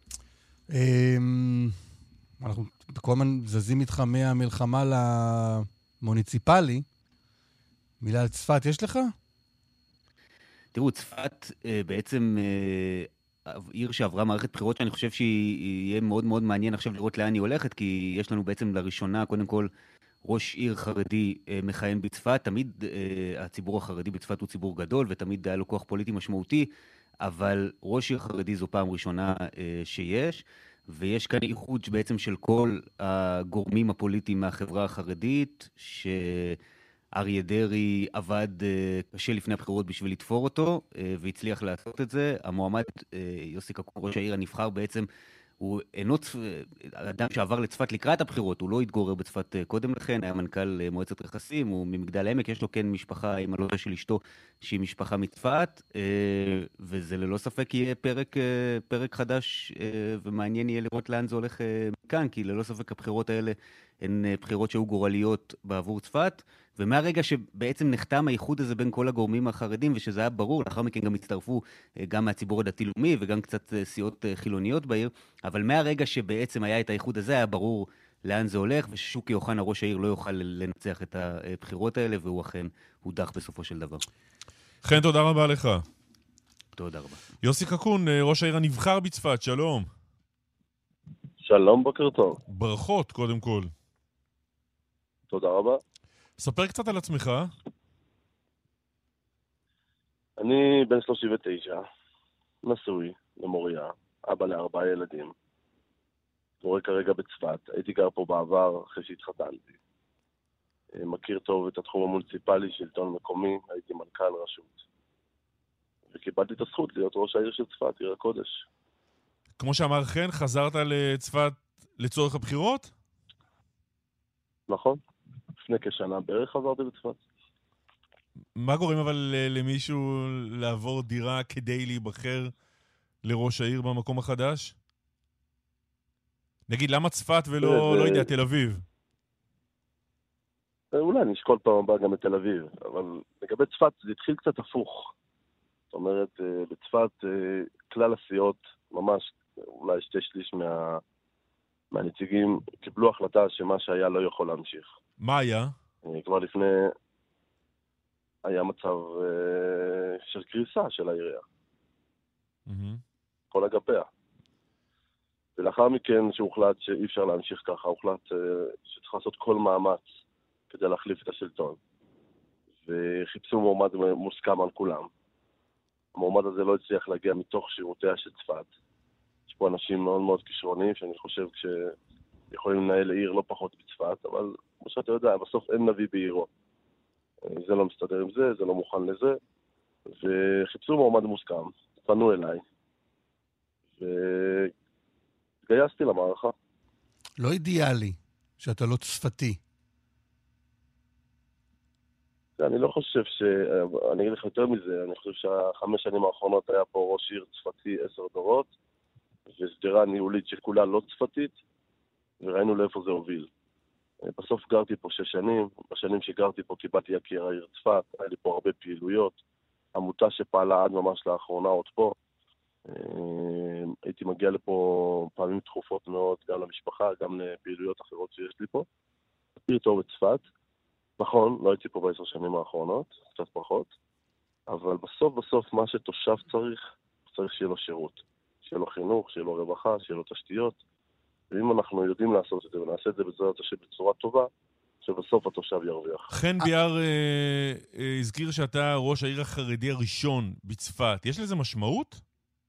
Speaker 4: אנחנו כל הזמן זזים איתך מהמלחמה למוניציפלי, מילה על צפת יש לך?
Speaker 13: תראו, צפת בעצם עיר שעברה מערכת בחירות שאני חושב שיהיה מאוד מאוד מעניין עכשיו לראות לאן היא הולכת, כי יש לנו בעצם לראשונה, קודם כל, ראש עיר חרדי מכהן בצפת. תמיד הציבור החרדי בצפת הוא ציבור גדול, ותמיד היה לו כוח פוליטי משמעותי, אבל ראש עיר חרדי זו פעם ראשונה שיש, ויש כאן איחוד בעצם של כל הגורמים הפוליטיים מהחברה החרדית, אריה דרעי עבד קשה לפני הבחירות בשביל לתפור אותו, והצליח לעשות את זה. המועמד יוסי קקון, ראש העיר הנבחר, בעצם הוא אינו אדם שעבר לצפת לקראת הבחירות, הוא לא התגורר בצפת קודם לכן, היה מנכ"ל מועצת רכסים, הוא ממגדל העמק, יש לו כן משפחה עם הלוטה של אשתו, שהיא משפחה מצפת, וזה ללא ספק יהיה פרק חדש, ומעניין יהיה לראות לאן זה הולך מכאן, כי ללא ספק הבחירות האלה הן בחירות שהיו גורליות בעבור צפת, ומהרגע שבעצם נחתם האיחוד הזה בין כל הגורמים החרדים, ושזה היה ברור, לאחר מכן גם הצטרפו גם מהציבור הדתי-לאומי, וגם קצת סיעות חילוניות בעיר, אבל מהרגע שבעצם היה את האיחוד הזה, היה ברור לאן זה הולך, וששוקי אוחנה, ראש העיר, לא יוכל לנצח את הבחירות האלה, והוא אכן הודח בסופו של דבר.
Speaker 3: חן, תודה רבה לך.
Speaker 13: תודה רבה.
Speaker 3: יוסי קקון, ראש העיר הנבחר בצפת, שלום.
Speaker 14: שלום, בוקר טוב.
Speaker 3: ברכות, קודם כל.
Speaker 14: תודה רבה.
Speaker 3: ספר קצת על עצמך.
Speaker 14: אני בן 39, נשוי למוריה, אבא ל4 ילדים. קורא כרגע בצפת, הייתי גר פה בעבר אחרי שהתחתנתי. מכיר טוב את התחום המוניציפלי, שלטון מקומי, הייתי מנכ"ל רשות. וקיבלתי את הזכות להיות ראש העיר של צפת, עיר הקודש.
Speaker 3: כמו שאמר חן, חזרת לצפת לצורך הבחירות?
Speaker 14: נכון. לפני כשנה בערך חזרתי לצפת.
Speaker 3: מה גורם אבל למישהו לעבור דירה כדי להיבחר לראש העיר במקום החדש? נגיד, למה צפת ולא, לא יודע, תל אביב?
Speaker 14: אולי נשקול פעם הבאה גם את תל אביב, אבל לגבי צפת זה התחיל קצת הפוך. זאת אומרת, בצפת כלל הסיעות, ממש אולי 2/3 מהנציגים קיבלו החלטה שמה שהיה לא יכול להמשיך.
Speaker 3: מה היה?
Speaker 14: כבר לפני היה מצב של קריסה של העירייה. כל אגפיה. ולאחר מכן שהוחלט שאי אפשר להמשיך ככה, הוחלט שצריך לעשות כל מאמץ כדי להחליף את השלטון. וחיפשו מועמד מוסכם על כולם. המועמד הזה לא הצליח להגיע מתוך שירותיה של צפת. יש פה אנשים מאוד מאוד כישרוניים, שאני חושב שיכולים לנהל עיר לא פחות בצפת, אבל כמו שאתה יודע, בסוף אין נביא בעירו. זה לא מסתדר עם זה, זה לא מוכן לזה, וחיפשו מועמד מוסכם, פנו אליי, והתגייסתי למערכה.
Speaker 4: לא אידיאלי שאתה לא צפתי.
Speaker 14: אני לא חושב אני אגיד לך יותר מזה, אני חושב ש5 שנים האחרונות היה פה ראש עיר צפתי 10 דורות, וסדרה ניהולית שכולה לא צפתית, וראינו לאיפה זה הוביל. בסוף גרתי פה 6 שנים, בשנים שגרתי פה קיבלתי יקיר העיר צפת, היה לי פה הרבה פעילויות, עמותה שפעלה עד ממש לאחרונה עוד פה, הייתי מגיע לפה פעמים תכופות מאוד, גם למשפחה, גם לפעילויות אחרות שיש לי פה. עיר טוב בצפת, נכון, לא הייתי פה ב10 שנים האחרונות, קצת פחות, אבל בסוף מה שתושב צריך שיהיה לו שירות, שיהיה לו חינוך, שיהיה לו רווחה, שיהיה לו תשתיות, ואם אנחנו יודעים לעשות את זה ונעשה את זה בצורה טובה, שבסוף התושב ירוויח.
Speaker 3: חן ביאר הזכיר שאתה ראש העיר החרדי הראשון בצפת. יש לזה משמעות?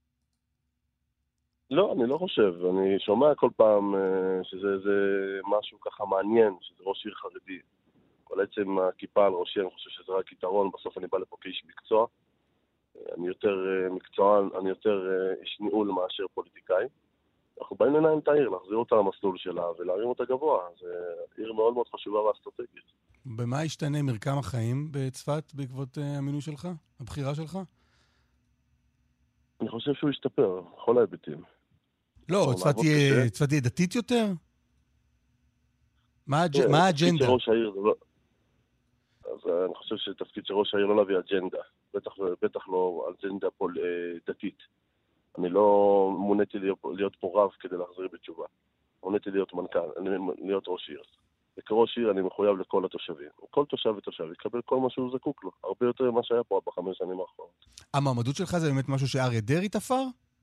Speaker 14: לא, אני לא חושב. אני שומע כל פעם שזה משהו ככה מעניין, שזה ראש עיר חרדי. כל עצם הכיפה על ראשי, אני חושב שזה רק יתרון. בסוף אני בא לפה כאיש מקצוע. אני יותר מקצוען, אני יותר איש ניהול מאשר פוליטיקאי. אנחנו באים לנהל את העיר, להחזיר אותה למסלול שלה ולהרים אותה גבוה. זו עיר מאוד מאוד חשובה ואסטרטגית.
Speaker 4: במה ישתנה מרקם החיים בצפת בעקבות המינוי שלך, הבחירה שלך?
Speaker 14: אני חושב שהוא ישתפר, בכל ההיבטים.
Speaker 4: לא, צפת תהיה דתית יותר? מה האג'נדה?
Speaker 14: אז אני חושב שתפקיד של ראש העיר לא להביא אג'נדה. בטח לא אג'נדה דתית. אני לא מוניתי להיות פה רב כדי להחזיר בתשובה. מוניתי להיות מנכ"ל, להיות ראש עיר. וכראש עיר אני מחויב לכל התושבים. כל תושב ותושב יקבל כל מה שהוא זקוק לו. הרבה יותר ממה שהיה פה ב5 שנים האחרונות.
Speaker 4: המעמדות שלך זה באמת משהו שאריה דרעי תפר?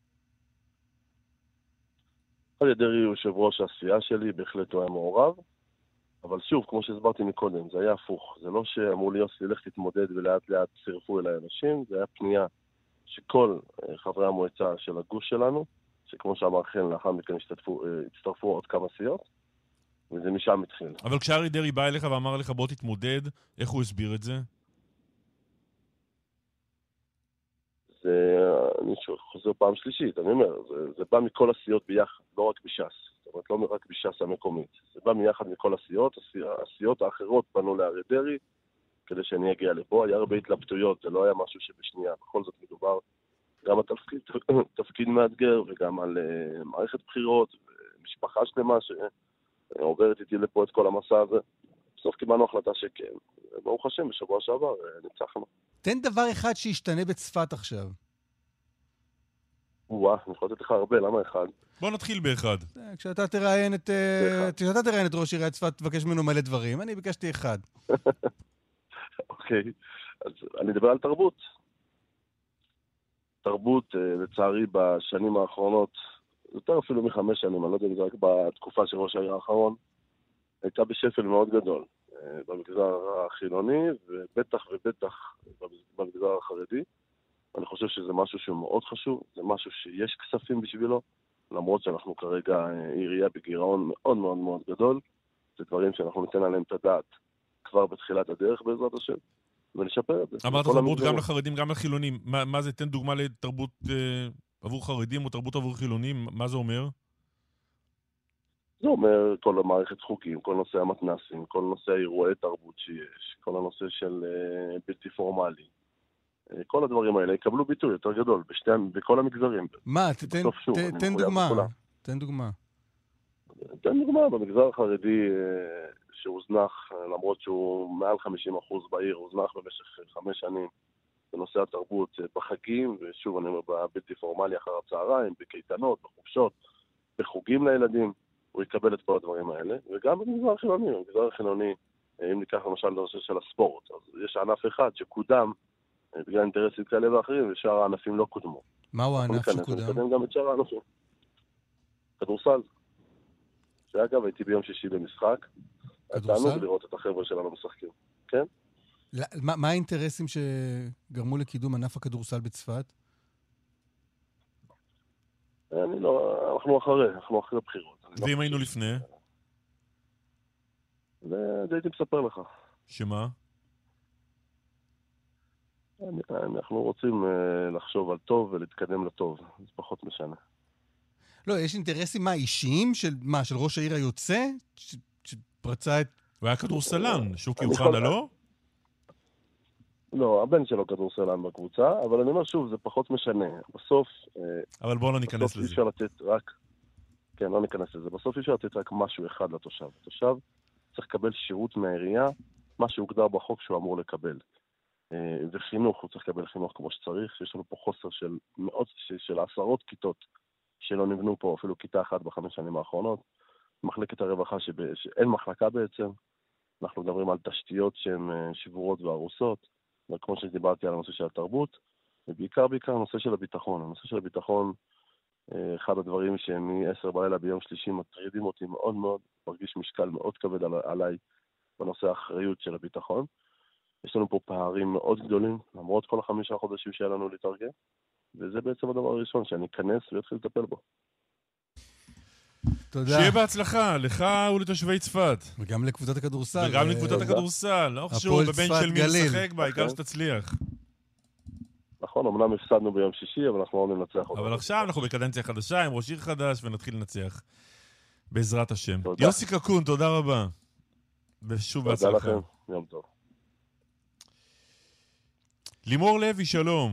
Speaker 14: אריה דרעי הוא יושב ראש העשייה שלי, בהחלט הוא היה מעורב. אבל שוב, כמו שהסברתי מקודם, זה היה הפוך. זה לא שאמרו לי, יוסי, לך תתמודד ולאט לאט צירפו אליי אנשים. זה היה פנייה שכל חברי המועצה של הגוש שלנו, שכמו שאמר חן, לאחר מכן הצטרפו עוד כמה סיעות, וזה משם התחיל.
Speaker 3: אבל כשאריה דרעי בא אליך ואמר לך בוא תתמודד, איך הוא הסביר את זה?
Speaker 14: אני חוזר פעם שלישית, אני אומר, זה בא מכל הסיעות ביחד, לא רק בש"ס. זאת אומרת, לא רק בש"ס המקומית. זה בא מיחד מכל הסיעות, הסיעות האחרות פנו לאריה דרעי, כדי שאני אגיע לפה. היה הרבה התלבטויות, זה לא היה משהו שבשנייה. בכל זאת מדובר גם על תפקיד מאתגר, וגם על מערכת בחירות, ומשפחה שלמה עוברת איתי לפה את כל המסע הזה. בסוף קיבלנו החלטה שכן. ברוך השם, בשבוע שעבר ניצחנו.
Speaker 4: תן דבר אחד שישתנה בצפת עכשיו.
Speaker 14: אני יכול לתת לך הרבה, למה אחד?
Speaker 3: בוא נתחיל באחד.
Speaker 4: כשאתה תראיין את ראש עיריית צפת, תבקש ממנו מלא דברים. אני ביקשתי אחד.
Speaker 14: אוקיי, אז אני אדבר על תרבות. תרבות, לצערי, בשנים האחרונות, יותר אפילו מ5 שנים, אני לא יודע אם זה רק בתקופה של ראש העיר האחרון, הייתה בשפל מאוד גדול במגזר החילוני, ובטח במגזר החרדי. אני חושב שזה משהו שהוא מאוד חשוב, זה משהו שיש כספים בשבילו, למרות שאנחנו כרגע עירייה בגירעון מאוד מאוד מאוד גדול, זה דברים שאנחנו ניתן עליהם את הדעת כבר בתחילת הדרך בעזרת השם, ונשפר את זה.
Speaker 3: אמרת תרבות גם לחרדים, גם לחילונים. מה זה? תן דוגמה לתרבות עבור חרדים או תרבות עבור חילונים, מה זה אומר?
Speaker 14: זה אומר כל המערכת חוקים, כל נושא המתנסים, כל נושא האירועי תרבות שיש, כל הנושא של בלתי פורמלי. כל הדברים האלה יקבלו ביטוי יותר גדול בכל המגזרים.
Speaker 4: מה? תן דוגמה. תן
Speaker 14: דוגמה. במגזר החרדי שהוזנח, למרות שהוא מעל 50% בעיר, הוזנח במשך 5 שנים בנושא התרבות בחגים, ושוב אני אומר בבלתי פורמלי אחר הצהריים, בקייטנות, בחופשות, בחוגים לילדים, הוא יקבל את כל הדברים האלה. וגם במגזר החילוני, במגזר החילוני, אם ניקח למשל לנושא של הספורט, אז יש ענף אחד שקודם בגלל אינטרסים כאלה ואחרים, ושאר הענפים לא קודמו.
Speaker 4: מהו הענף שקודם?
Speaker 14: נקדם גם את שאר הענפים. כדורסל. שאגב, הייתי ביום שישי במשחק.
Speaker 4: כדורסל?
Speaker 14: הייתנו לראות את החבר'ה שלנו משחקים. כן?
Speaker 4: מה האינטרסים שגרמו לקידום ענף הכדורסל בצפת?
Speaker 14: אנחנו אחרי בחירות.
Speaker 3: ואם היינו לפני?
Speaker 14: הייתי מספר לך.
Speaker 3: שמה?
Speaker 14: אנחנו רוצים לחשוב על טוב ולהתקדם לטוב. זה פחות משנה.
Speaker 4: לא, יש אינטרסים אישיים של ראש העיר היוצא? שפרצה את...
Speaker 3: הוא היה כדורסלן, שוקי אוחנה, לא?
Speaker 14: לא, הבן שלו כדורסלן בקבוצה, אבל אני אומר שוב, זה פחות משנה. בסוף...
Speaker 3: אבל בואו לא ניכנס לזה.
Speaker 14: אפשר לתת רק... כן, לא ניכנס לזה. בסוף אפשר לתת רק משהו אחד לתושב. התושב צריך לקבל שירות מהעירייה, מה שהוגדר בחוק שהוא אמור לקבל. וחינוך, הוא צריך לקבל חינוך כמו שצריך. יש לנו פה חוסר של עשרות כיתות שלא נבנו פה, אפילו כיתה אחת ב5 שנים האחרונות. מחלקת הרווחה שאין מחלקה בעצם. אנחנו מדברים על תשתיות שהן שבורות והרוסות, וכמו שדיברתי על הנושא של התרבות, ובעיקר הנושא של הביטחון. הנושא של הביטחון, אחד הדברים שמ-10 בלילה ביום שלישי מטרידים אותי מאוד מאוד, מרגיש משקל מאוד כבד עליי בנושא האחריות של הביטחון. יש לנו פה פערים מאוד גדולים, למרות כל 5 חודשים שהיה לנו להתארגן, וזה בעצם הדבר הראשון, שאני אכנס ויתחיל לטפל בו.
Speaker 4: תודה.
Speaker 3: שיהיה בהצלחה, לך ולתושבי צפת.
Speaker 4: וגם לקבוצת הכדורסל.
Speaker 3: וגם לקבוצת הכדורסל, לא חשוב, בבן של מי לשחק בה, העיקר שתצליח.
Speaker 14: נכון, אמנם הפסדנו ביום שישי, אבל אנחנו לא ננצח אותו.
Speaker 3: אבל עכשיו אנחנו בקדנציה חדשה, עם ראש עיר חדש, ונתחיל לנצח. בעזרת השם.
Speaker 14: תודה.
Speaker 3: יוסי קקון, תודה רבה. ושוב בהצלחה.
Speaker 14: תודה לכם, יום טוב.
Speaker 3: לימור לוי, שלום.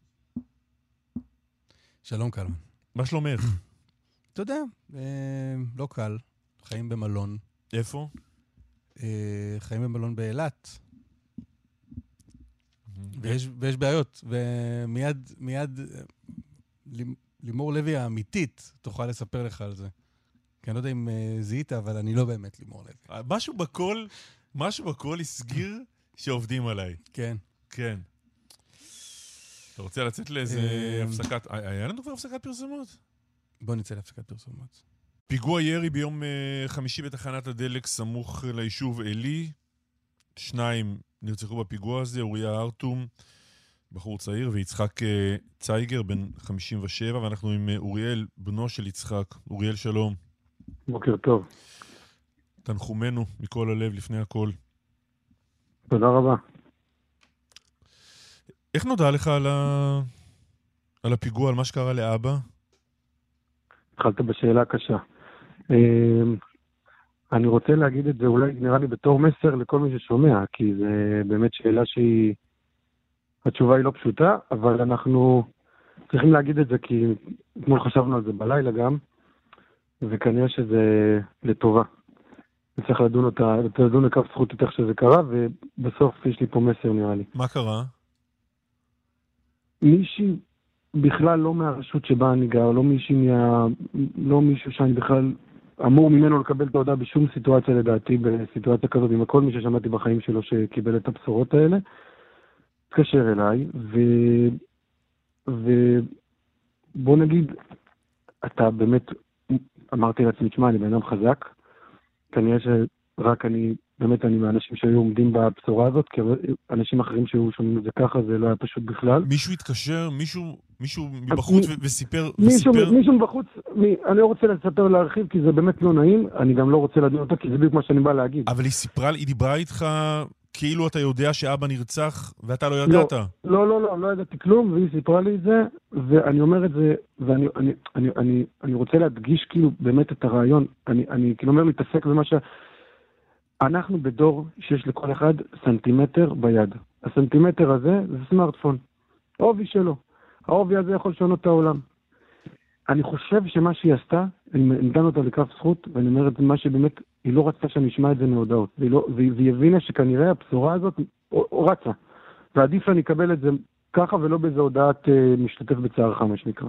Speaker 4: שלום קלמן.
Speaker 3: מה שלומך?
Speaker 4: אתה יודע, לא קל. חיים במלון.
Speaker 3: איפה?
Speaker 4: חיים במלון באילת. ויש בעיות. ומיד לימור לוי האמיתית תוכל לספר לך על זה. כי אני לא יודע אם זיהית, אבל אני לא באמת לימור לוי.
Speaker 3: משהו בכל הסגיר שעובדים עליי.
Speaker 4: כן.
Speaker 3: כן. אתה רוצה לצאת לאיזה הפסקת... היה לנו כבר הפסקת פרסומות?
Speaker 4: בוא נצא להפסקת פרסומות.
Speaker 3: פיגוע ירי ביום חמישי בתחנת הדלק סמוך ליישוב אלי. 2 נרצחו בפיגוע הזה, אוריה ארטום, בחור צעיר, ויצחק צייגר, בן 57, ואנחנו עם אוריאל, בנו של יצחק. אוריאל, שלום.
Speaker 15: בוקר טוב.
Speaker 3: תנחומנו מכל הלב לפני הכל.
Speaker 15: תודה רבה.
Speaker 3: איך נודע לך על הפיגוע, על מה שקרה לאבא?
Speaker 15: התחלת בשאלה קשה. אני רוצה להגיד את זה, אולי נראה לי בתור מסר לכל מי ששומע, כי זה באמת שאלה התשובה היא לא פשוטה, אבל אנחנו צריכים להגיד את זה, כי אתמול חשבנו על זה בלילה גם, וכנראה שזה לטובה. צריך לדון לכף זכות את איך שזה קרה, ובסוף יש לי פה מסר נראה לי.
Speaker 3: מה קרה?
Speaker 15: מישהי בכלל לא מהרשות שבה אני גר, לא מישהו שאני בכלל אמור ממנו לקבל את ההודעה בשום סיטואציה לדעתי, בסיטואציה כזאת, עם כל מי ששמעתי בחיים שלו שקיבל את הבשורות האלה, התקשר אליי, ובוא נגיד, אתה באמת, אמרתי לעצמי, תשמע, אני בן אדם חזק, כנראה שרק אני מהאנשים שהיו עומדים בבשורה הזאת, כי אנשים אחרים שהיו שומעים את זה ככה, זה לא היה פשוט בכלל.
Speaker 3: מישהו התקשר, מישהו מבחוץ וסיפר?
Speaker 15: מישהו מבחוץ, אני לא רוצה לספר להרחיב, כי זה באמת לא נעים, אני גם לא רוצה לדון אותה, כי זה בדיוק מה שאני בא להגיד.
Speaker 3: אבל היא דיברה איתך כאילו אתה יודע שאבא נרצח, ואתה לא ידעת?
Speaker 15: לא ידעתי כלום, והיא סיפרה לי את זה, ואני אומר את זה, ואני רוצה להדגיש כאילו באמת את הרעיון, אני כאילו אומר להתעסק במה אנחנו בדור שיש לכל אחד סנטימטר ביד. הסנטימטר הזה זה סמארטפון. העובי שלו. העובי הזה יכול לשנות את העולם. אני חושב שמה שהיא עשתה, אני נתן אותה לכף זכות, ואני אומר את זה מה שבאמת, היא לא רצתה שאני אשמע את זה מהודעות. והיא הבינה שכנראה הבשורה הזאת רצה. ועדיף אני אקבל את זה ככה, ולא באיזה הודעת משתתף בצערך, מה שנקרא.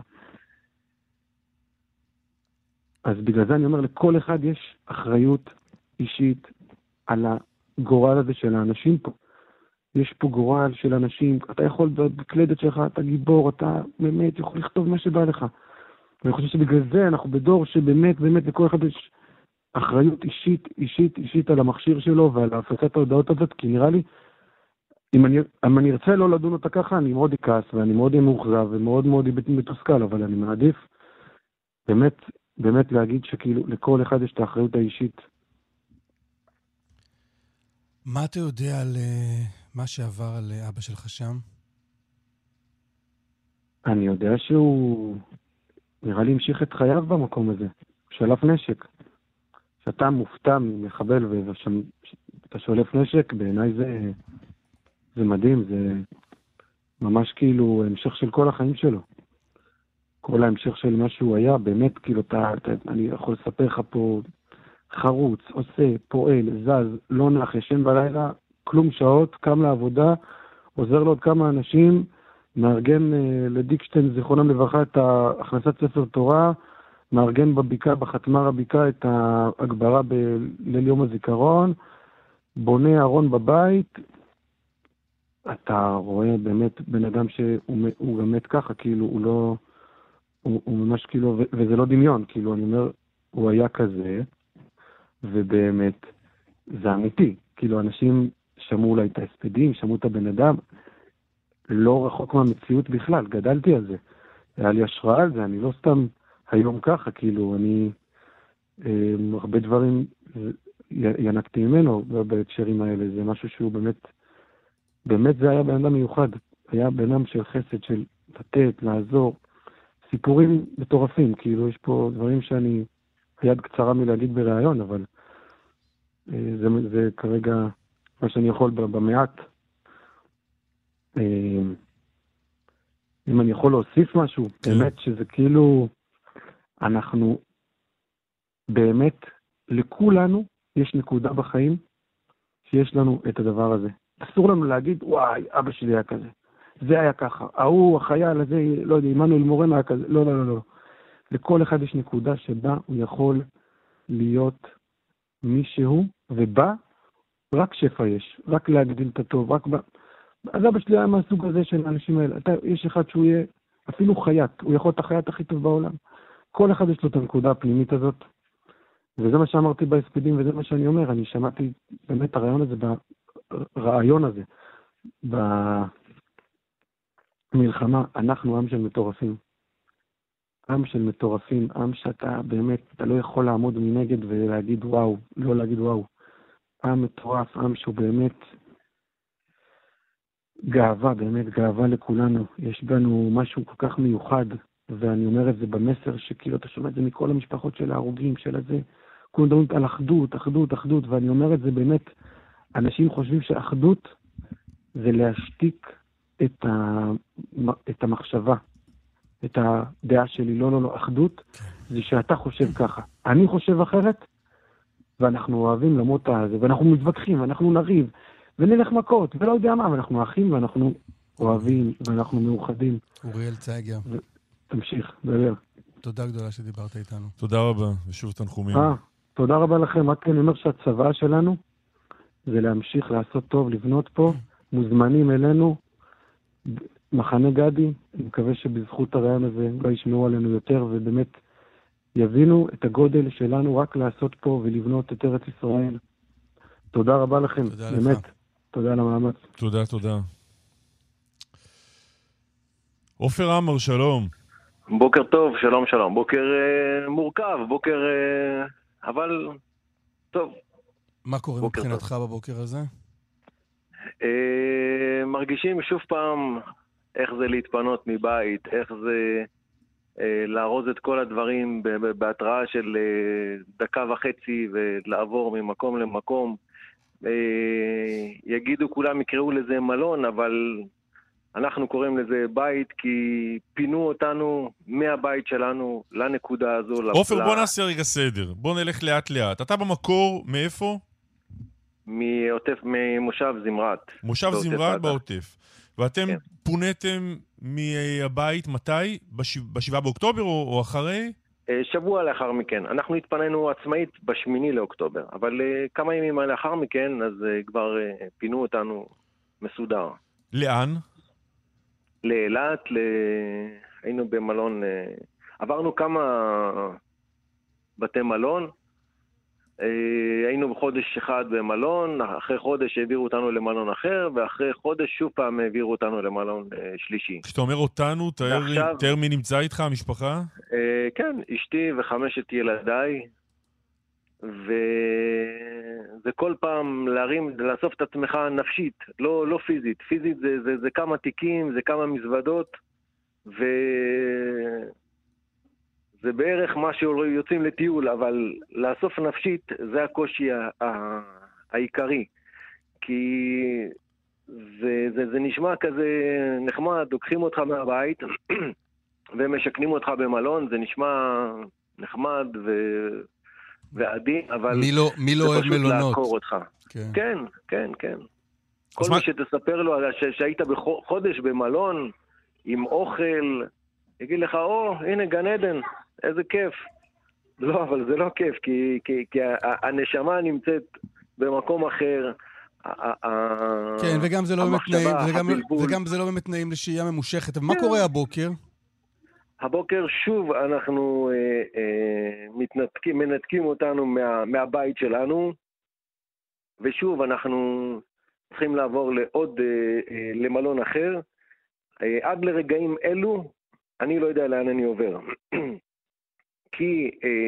Speaker 15: אז בגלל זה אני אומר, לכל אחד יש אחריות אישית על הגורל הזה של האנשים פה. יש פה גורל של אנשים, אתה יכול בקלדת שלך, אתה גיבור, אתה באמת יכול לכתוב מה שבא לך. ואני חושב שבגלל זה אנחנו בדור שבאמת, באמת לכל אחד יש אחריות אישית על המכשיר שלו ועל הפצת ההודעות הזאת, כי נראה לי, אם אני ארצה לא לדון אותה ככה, אני מאוד אכעס ואני מאוד מאוכזב ומאוד מאוד מתוסכל, אבל אני מעדיף באמת להגיד שכאילו לכל אחד יש את האחריות האישית.
Speaker 4: מה אתה יודע על מה שעבר על אבא שלך שם?
Speaker 15: אני יודע שהוא נראה לי המשיך את חייו במקום הזה. שלף נשק. שאתה מופתע מחבל ואתה שולף נשק, בעיניי זה מדהים, זה ממש כאילו המשך של כל החיים שלו. כל ההמשך של מה שהוא היה, באמת כאילו אני יכול לספר לך פה חרוץ, עושה, פועל, זז, לא נח, ישן בלילה, כלום שעות, קם לעבודה, עוזר לו עוד כמה אנשים, מארגן לדיקשטיין, זיכרונם לברכה, את הכנסת ספר תורה, מארגן בחתמר הביקה את ההגברה בליל יום הזיכרון, בונה ארון בבית, אתה רואה באמת בן אדם שהוא באמת ככה, כאילו הוא לא, הוא ממש כאילו, וזה לא דמיון, כאילו אני אומר, הוא היה כזה, ובאמת זה אמיתי, כאילו אנשים שמעו אולי את ההספדים, שמעו את הבן אדם, לא רחוק מהמציאות בכלל, גדלתי על זה, היה לי השראה על זה, אני לא סתם היום ככה, כאילו אני הרבה דברים ינקתי ממנו בהקשרים האלה, זה משהו שהוא באמת זה היה בן אדם מיוחד, היה בן אדם של חסד, של לתת, לעזור, סיפורים מטורפים, כאילו יש פה דברים שאני היד קצרה מלהגיד ברעיון, אבל זה כרגע מה שאני יכול במעט. אם אני יכול להוסיף משהו, באמת שזה כאילו, אנחנו באמת, לכולנו יש נקודה בחיים שיש לנו את הדבר הזה. אסור לנו להגיד, וואי, אבא שלי היה כזה. זה היה ככה. ההוא, החייל הזה, לא יודע, עמנואל מורן היה כזה. לא, לא, לא, לא. לכל אחד יש נקודה שבה הוא יכול להיות מישהו, ובא רק שפע יש. רק להגדיל את הטוב. אז אבא שלי היה מהסוג הזה של האנשים האלה. יש אחד שהוא יהיה אפילו חייט. הוא יכול להיות החייט הכי טוב בעולם. כל אחד יש לו את הנקודה הפנימית הזאת. וזה מה שאמרתי בהספדים, וזה מה שאני אומר. אני שמעתי באמת הרעיון הזה, ברעיון הזה, במלחמה. אנחנו עם של מטורפים. עם של מטורפים, עם שאתה באמת, אתה לא יכול לעמוד מנגד ולהגיד וואו, לא להגיד וואו. עם מטורף, עם שהוא באמת גאווה, באמת גאווה לכולנו. יש בנו משהו כל כך מיוחד, ואני אומר את זה במסר שכאילו אתה שומע את זה מכל המשפחות של ההרוגים, של הזה. כולם מדברים על אחדות, אחדות, אחדות, ואני אומר את זה באמת, אנשים חושבים שאחדות זה להשתיק את המחשבה, את הדעה שלי. לא, לא, לא, אחדות זה שאתה חושב ככה. אני חושב אחרת, ואנחנו אוהבים למות הזה, ואנחנו מתווכחים, ואנחנו נריב, ונלך מכות, ולא יודע מה, ואנחנו אחים, ואנחנו אוהבים, ואנחנו מאוחדים.
Speaker 4: אוריאל צייגר.
Speaker 15: תמשיך, דבר.
Speaker 4: תודה גדולה שדיברת איתנו.
Speaker 3: תודה רבה, ושוב תנחומים.
Speaker 15: תודה רבה לכם. רק אני אומר שהצבא שלנו זה להמשיך לעשות טוב, לבנות פה, מוזמנים אלינו, מחנה גדי. אני מקווה שבזכות הרעיון הזה לא ישמעו עלינו יותר, ובאמת יבינו את הגודל שלנו רק לעשות פה ולבנות את ארץ ישראל. תודה רבה לכם.
Speaker 4: תודה
Speaker 15: באמת.
Speaker 4: לך.
Speaker 15: תודה על המאמץ.
Speaker 3: תודה, תודה. עופר עמר, שלום.
Speaker 16: בוקר טוב, שלום שלום. בוקר מורכב, בוקר אבל טוב.
Speaker 4: מה קורה מבחינתך בבוקר הזה?
Speaker 16: מרגישים שוב פעם איך זה להתפנות מבית, איך זה לארוז את כל הדברים בהתראה של דקה וחצי ולעבור ממקום למקום. יגידו כולם יקראו לזה מלון, אבל אנחנו קוראים לזה בית, כי פינו אותנו מהבית שלנו לנקודה הזו.
Speaker 3: עופר, בוא נעשה רגע סדר. בוא נלך לאט לאט. אתה במקור מאיפה?
Speaker 16: ממושב זמרת.
Speaker 3: מושב זמרת בעוטף. ואתם פונתם מהבית מתי? ב7 באוקטובר או אחרי?
Speaker 16: שבוע לאחר מכן. אנחנו התפנינו עצמאית ב8 לאוקטובר, אבל כמה ימים לאחר מכן, אז כבר פינו אותנו מסודר.
Speaker 3: לאן?
Speaker 16: לאילת, היינו במלון, עברנו כמה בתי מלון, היינו בחודש אחד במלון, אחרי חודש העבירו אותנו למלון אחר, ואחרי חודש שוב פעם העבירו אותנו למלון שלישי.
Speaker 3: כשאתה אומר אותנו, תאר מי נמצא איתך, המשפחה?
Speaker 16: כן, אשתי ו5 ילדיי, וזה כל פעם לאסוף את עצמך נפשית, לא פיזית. פיזית זה כמה תיקים, זה כמה מזוודות, זה בערך מה שיוצאים לטיול, אבל לאסוף נפשית זה הקושי העיקרי. כי זה נשמע כזה נחמד, לוקחים אותך מהבית ומשכנים אותך במלון, זה נשמע נחמד ועדין, אבל
Speaker 4: מי לא אוהב מלונות?
Speaker 16: לעקור אותך. כן, כן, כן. כל מי שתספר לו שהיית בחודש במלון עם אוכל, יגיד לך, הנה גן עדן, איזה כיף. לא, אבל זה לא כיף, כי הנשמה נמצאת במקום אחר.
Speaker 4: כן, וגם זה לא באמת נעים לשהייה ממושכת. אבל מה קורה הבוקר?
Speaker 16: הבוקר שוב אנחנו מנתקים אותנו מהבית שלנו, ושוב אנחנו צריכים לעבור למלון אחר. עד לרגעים אלו, אני לא יודע לאן אני עובר. כי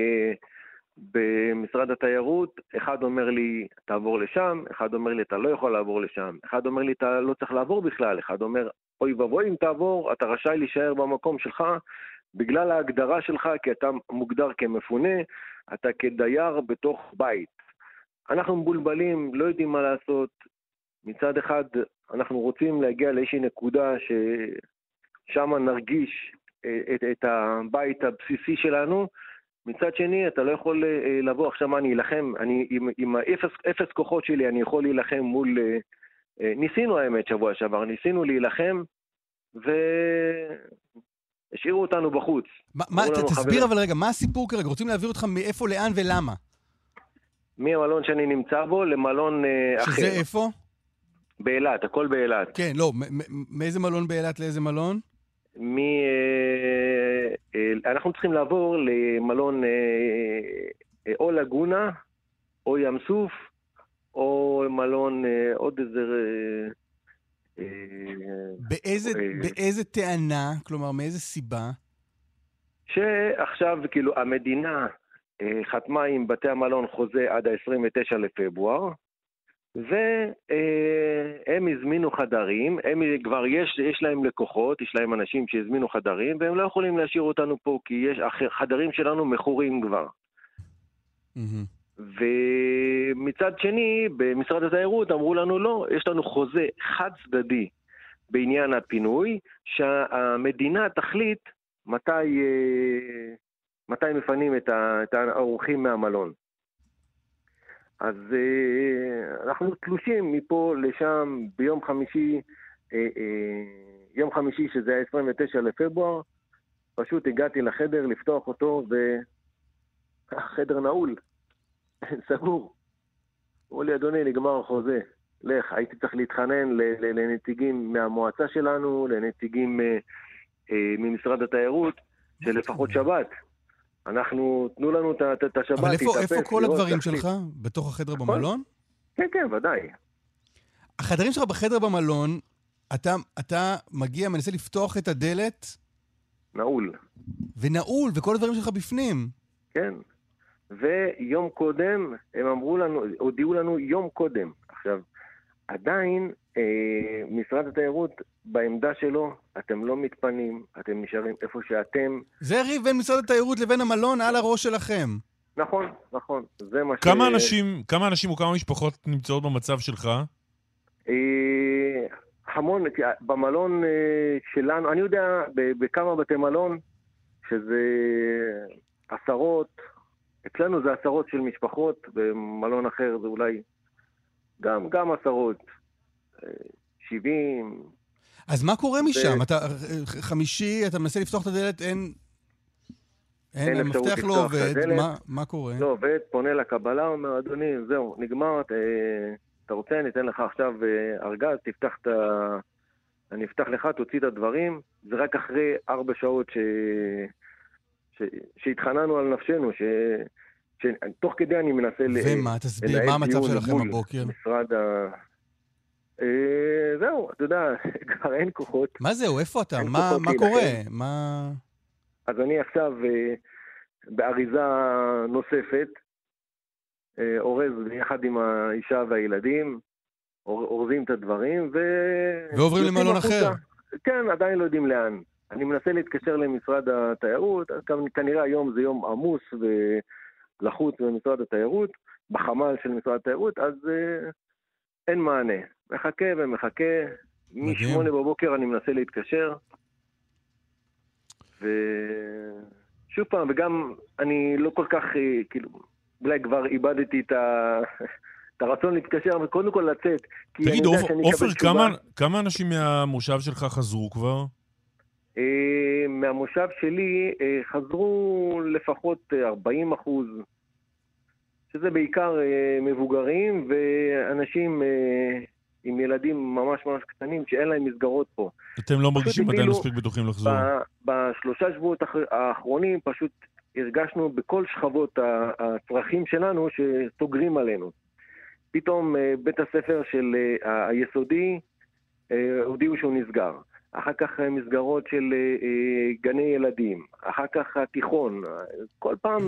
Speaker 16: במשרד התיירות, אחד אומר לי, תעבור לשם, אחד אומר לי, אתה לא יכול לעבור לשם, אחד אומר לי, אתה לא צריך לעבור בכלל, אחד אומר, אוי ובוי אם תעבור, אתה רשאי להישאר במקום שלך, בגלל ההגדרה שלך, כי אתה מוגדר כמפונה, אתה כדייר בתוך בית. אנחנו מבולבלים, לא יודעים מה לעשות. מצד אחד, אנחנו רוצים להגיע לאיזושהי נקודה ששם נרגיש את הבית הבסיסי שלנו. מצד שני, אתה לא יכול לבוא, עכשיו מה אני אלחם, עם האפס כוחות שלי אני יכול להילחם מול, ניסינו האמת שבוע שעבר, ניסינו להילחם, והשאירו אותנו בחוץ.
Speaker 4: תסביר אבל רגע, מה הסיפור כרגע? רוצים להעביר אותך מאיפה, לאן ולמה?
Speaker 16: מהמלון שאני נמצא בו למלון אחר.
Speaker 4: שזה איפה?
Speaker 16: באילת, הכל באילת.
Speaker 4: כן, לא, מאיזה מלון באילת לאיזה מלון?
Speaker 16: אנחנו צריכים לעבור למלון או לגונה, או ים סוף, או מלון עוד איזה...
Speaker 4: באיזה טענה, כלומר מאיזה סיבה?
Speaker 16: שעכשיו כאילו המדינה חתמה עם בתי המלון חוזה עד ה-29 לפברואר, והם הזמינו חדרים, הם כבר יש להם לקוחות, יש להם אנשים שהזמינו חדרים, והם לא יכולים להשאיר אותנו פה, כי חדרים שלנו מכורים כבר. ומצד שני, במשרד התיירות אמרו לנו לא, יש לנו חוזה חד צדדי בעניין הפינוי, שהמדינה תחליט מתי מפנים את האורחים מהמלון. אז אנחנו תלושים מפה לשם ביום חמישי, יום חמישי שזה היה 29 לפברואר, פשוט הגעתי לחדר לפתוח אותו והחדר נעול, סגור. אמרו לי, אדוני, נגמר החוזה, לך. הייתי צריך להתחנן לנציגים מהמועצה שלנו, לנציגים ממשרד התיירות, שלפחות שבת. אנחנו, תנו לנו את השבת.
Speaker 4: אבל איפה כל הדברים שלך? בתוך החדר במלון?
Speaker 16: כן, כן, ודאי.
Speaker 4: החדרים שלך בחדר במלון, אתה מגיע, מנסה לפתוח את הדלת?
Speaker 16: נעול.
Speaker 4: ונעול, וכל הדברים שלך בפנים.
Speaker 16: כן. ויום קודם, הם אמרו לנו, הודיעו לנו יום קודם. עכשיו, עדיין משרד התיירות בעמדה שלו, אתם לא מתפנים, אתם נשארים איפה שאתם.
Speaker 4: זה ריב בין משרד התיירות לבין המלון על הראש שלכם.
Speaker 16: נכון, נכון. זה מה
Speaker 3: כמה אנשים או כמה משפחות נמצאות במצב שלך?
Speaker 16: המון, במלון שלנו, אני יודע בכמה בתי מלון, שזה עשרות, אצלנו זה עשרות של משפחות, במלון אחר זה אולי גם עשרות, 70.
Speaker 4: אז מה קורה משם? חמישי, אתה מנסה לפתוח את הדלת, אין המפתח לא עובד, מה קורה?
Speaker 16: לא עובד, פונה לקבלה, אומר, אדוני, זהו, נגמר, אתה רוצה, ניתן לך עכשיו ארגז, אני אפתח לך, תוציא את הדברים, זה רק אחרי 4 שעות שהתחננו על נפשנו, שתוך כדי אני מנסה
Speaker 4: ומה, תסביר, מה המצב שלכם הבוקר?
Speaker 16: משרד זהו, אתה יודע, כבר אין כוחות.
Speaker 4: מה זהו, איפה אתה? מה קורה?
Speaker 16: אז אני עכשיו באריזה נוספת, אורז יחד עם האישה והילדים, אורזים את הדברים,
Speaker 4: ועוברים למלון אחר.
Speaker 16: כן, עדיין לא יודעים לאן. אני מנסה להתקשר למשרד התיירות, כנראה היום זה יום עמוס ולחוץ במשרד התיירות, בחמ"ל של משרד התיירות, אז אין מענה. מחכה ומחכה, מ-8 בבוקר אני מנסה להתקשר, ושוב פעם, וגם אני לא כל כך, כאילו, אולי כבר איבדתי את הרצון להתקשר, וקודם כל לצאת.
Speaker 3: תגיד, אופר, כמה אנשים מהמושב שלך חזרו כבר?
Speaker 16: מהמושב שלי חזרו לפחות 40%, שזה בעיקר מבוגרים ואנשים עם ילדים ממש ממש קטנים שאין להם מסגרות פה.
Speaker 3: אתם לא מרגישים עדיין מספיק בטוחים לחזור?
Speaker 16: בשלושה שבועות האחרונים פשוט הרגשנו בכל שכבות הצרכים שלנו שסוגרים עלינו. פתאום בית הספר של היסודי הודיעו שהוא נסגר. אחר כך מסגרות של גני ילדים. אחר כך התיכון. כל פעם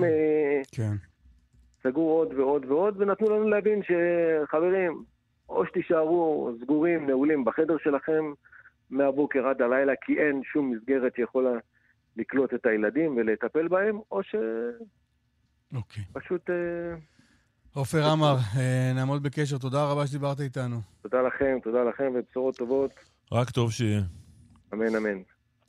Speaker 16: סגרו עוד ועוד ועוד, ונתנו לנו להבין שחברים, או שתישארו סגורים, נעולים בחדר שלכם מהבוקר עד הלילה, כי אין שום מסגרת שיכולה לקלוט את הילדים ולטפל בהם, או פשוט...
Speaker 4: עופר עמר, נעמוד בקשר. תודה רבה שדיברת איתנו.
Speaker 16: תודה לכם, ובשורות טובות.
Speaker 3: רק טוב שיהיה.
Speaker 16: אמן, אמן.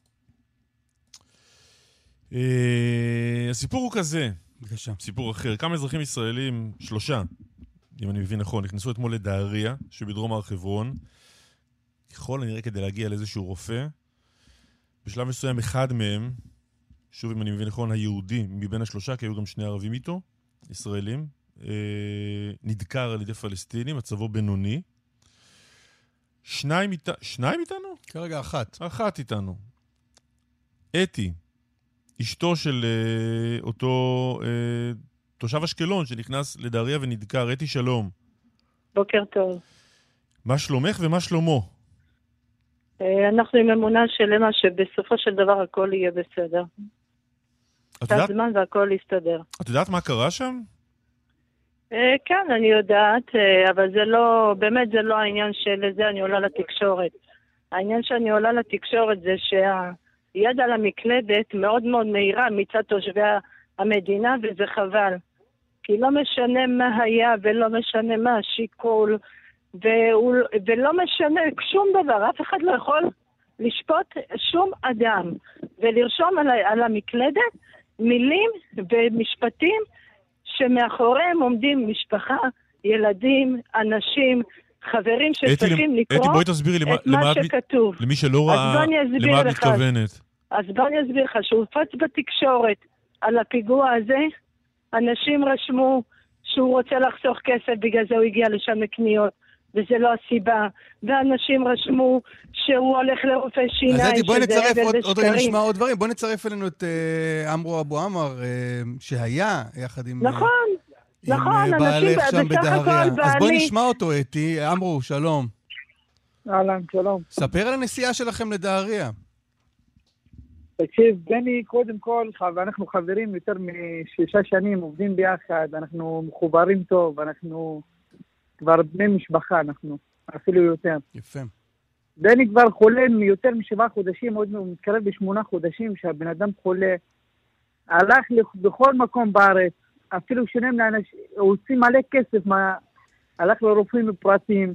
Speaker 3: הסיפור הוא כזה.
Speaker 4: בבקשה.
Speaker 3: סיפור אחר. כמה אזרחים ישראלים, 3, אם אני מבין נכון, נכנסו אתמול לדהריה, שבדרום הר חברון, ככל הנראה כדי להגיע לאיזשהו רופא. בשלב מסוים אחד מהם, שוב אם אני מבין נכון, היהודי מבין 3, כי היו גם 2 ערבים איתו, ישראלים, נדקר על ידי פלסטינים, מצבו בינוני. 2 איתנו?
Speaker 4: כרגע 1.
Speaker 3: 1 איתנו. אתי, אשתו של אותו תושב אשקלון שנכנס לדהריה ונדקר. אתי, שלום.
Speaker 17: בוקר טוב.
Speaker 3: מה שלומך ומה שלומו?
Speaker 17: אנחנו עם אמונה שלמה שבסופו של דבר הכל יהיה בסדר. את הזמן והכל יסתדר.
Speaker 3: את יודעת מה קרה שם?
Speaker 17: כן, אני יודעת, אבל זה לא, באמת זה לא העניין של זה, אני עולה לתקשורת. העניין שאני עולה לתקשורת זה שהיד על המקלדת מאוד מאוד מהירה מצד תושבי המדינה, וזה חבל. כי לא משנה מה היה ולא משנה מה השיקול, ולא משנה שום דבר, אף אחד לא יכול לשפוט שום אדם, ולרשום על המקלדת מילים ומשפטים שמאחוריהם עומדים משפחה ילדים, אנשים, חברים שצריכים לקרוא
Speaker 3: אתי, בואי תסבירי
Speaker 17: את מה שכתוב.
Speaker 3: למי שלא ראה, למה את מתכוונת.
Speaker 17: אז בוא אני אסביר לך, שהופץ בתקשורת על הפיגוע הזה, אנשים רשמו שהוא רוצה לחסוך כסף, בגלל זה הוא הגיע לשם לקניות, וזה לא הסיבה. ואנשים רשמו שהוא הולך לרופא שיניים,
Speaker 4: אז אתי, בואי נצרף עוד רגע נשמע עוד דברים. בואי נצרף אלינו את עמרו אבו עמר, שהיה יחד עם...
Speaker 17: נכון,
Speaker 4: בעלך שם בדהריה. אז בואי נשמע אותו, אתי. עמרו, שלום.
Speaker 18: אהלן, שלום.
Speaker 4: ספר על הנסיעה שלכם לדהריה.
Speaker 18: תקשיב, בני, קודם כל, אנחנו חברים יותר מ6 שנים, עובדים ביחד, אנחנו מחוברים טוב, אנחנו כבר בני משפחה, אנחנו אפילו יותר.
Speaker 4: יפה.
Speaker 18: בני כבר חולה מיותר מ7 חודשים, עוד מתקרב ב8 חודשים שהבן אדם חולה. הלך בכל מקום בארץ, אפילו שילם לאנשים, הוא הוציא מלא כסף, הלך לרופאים פרטיים,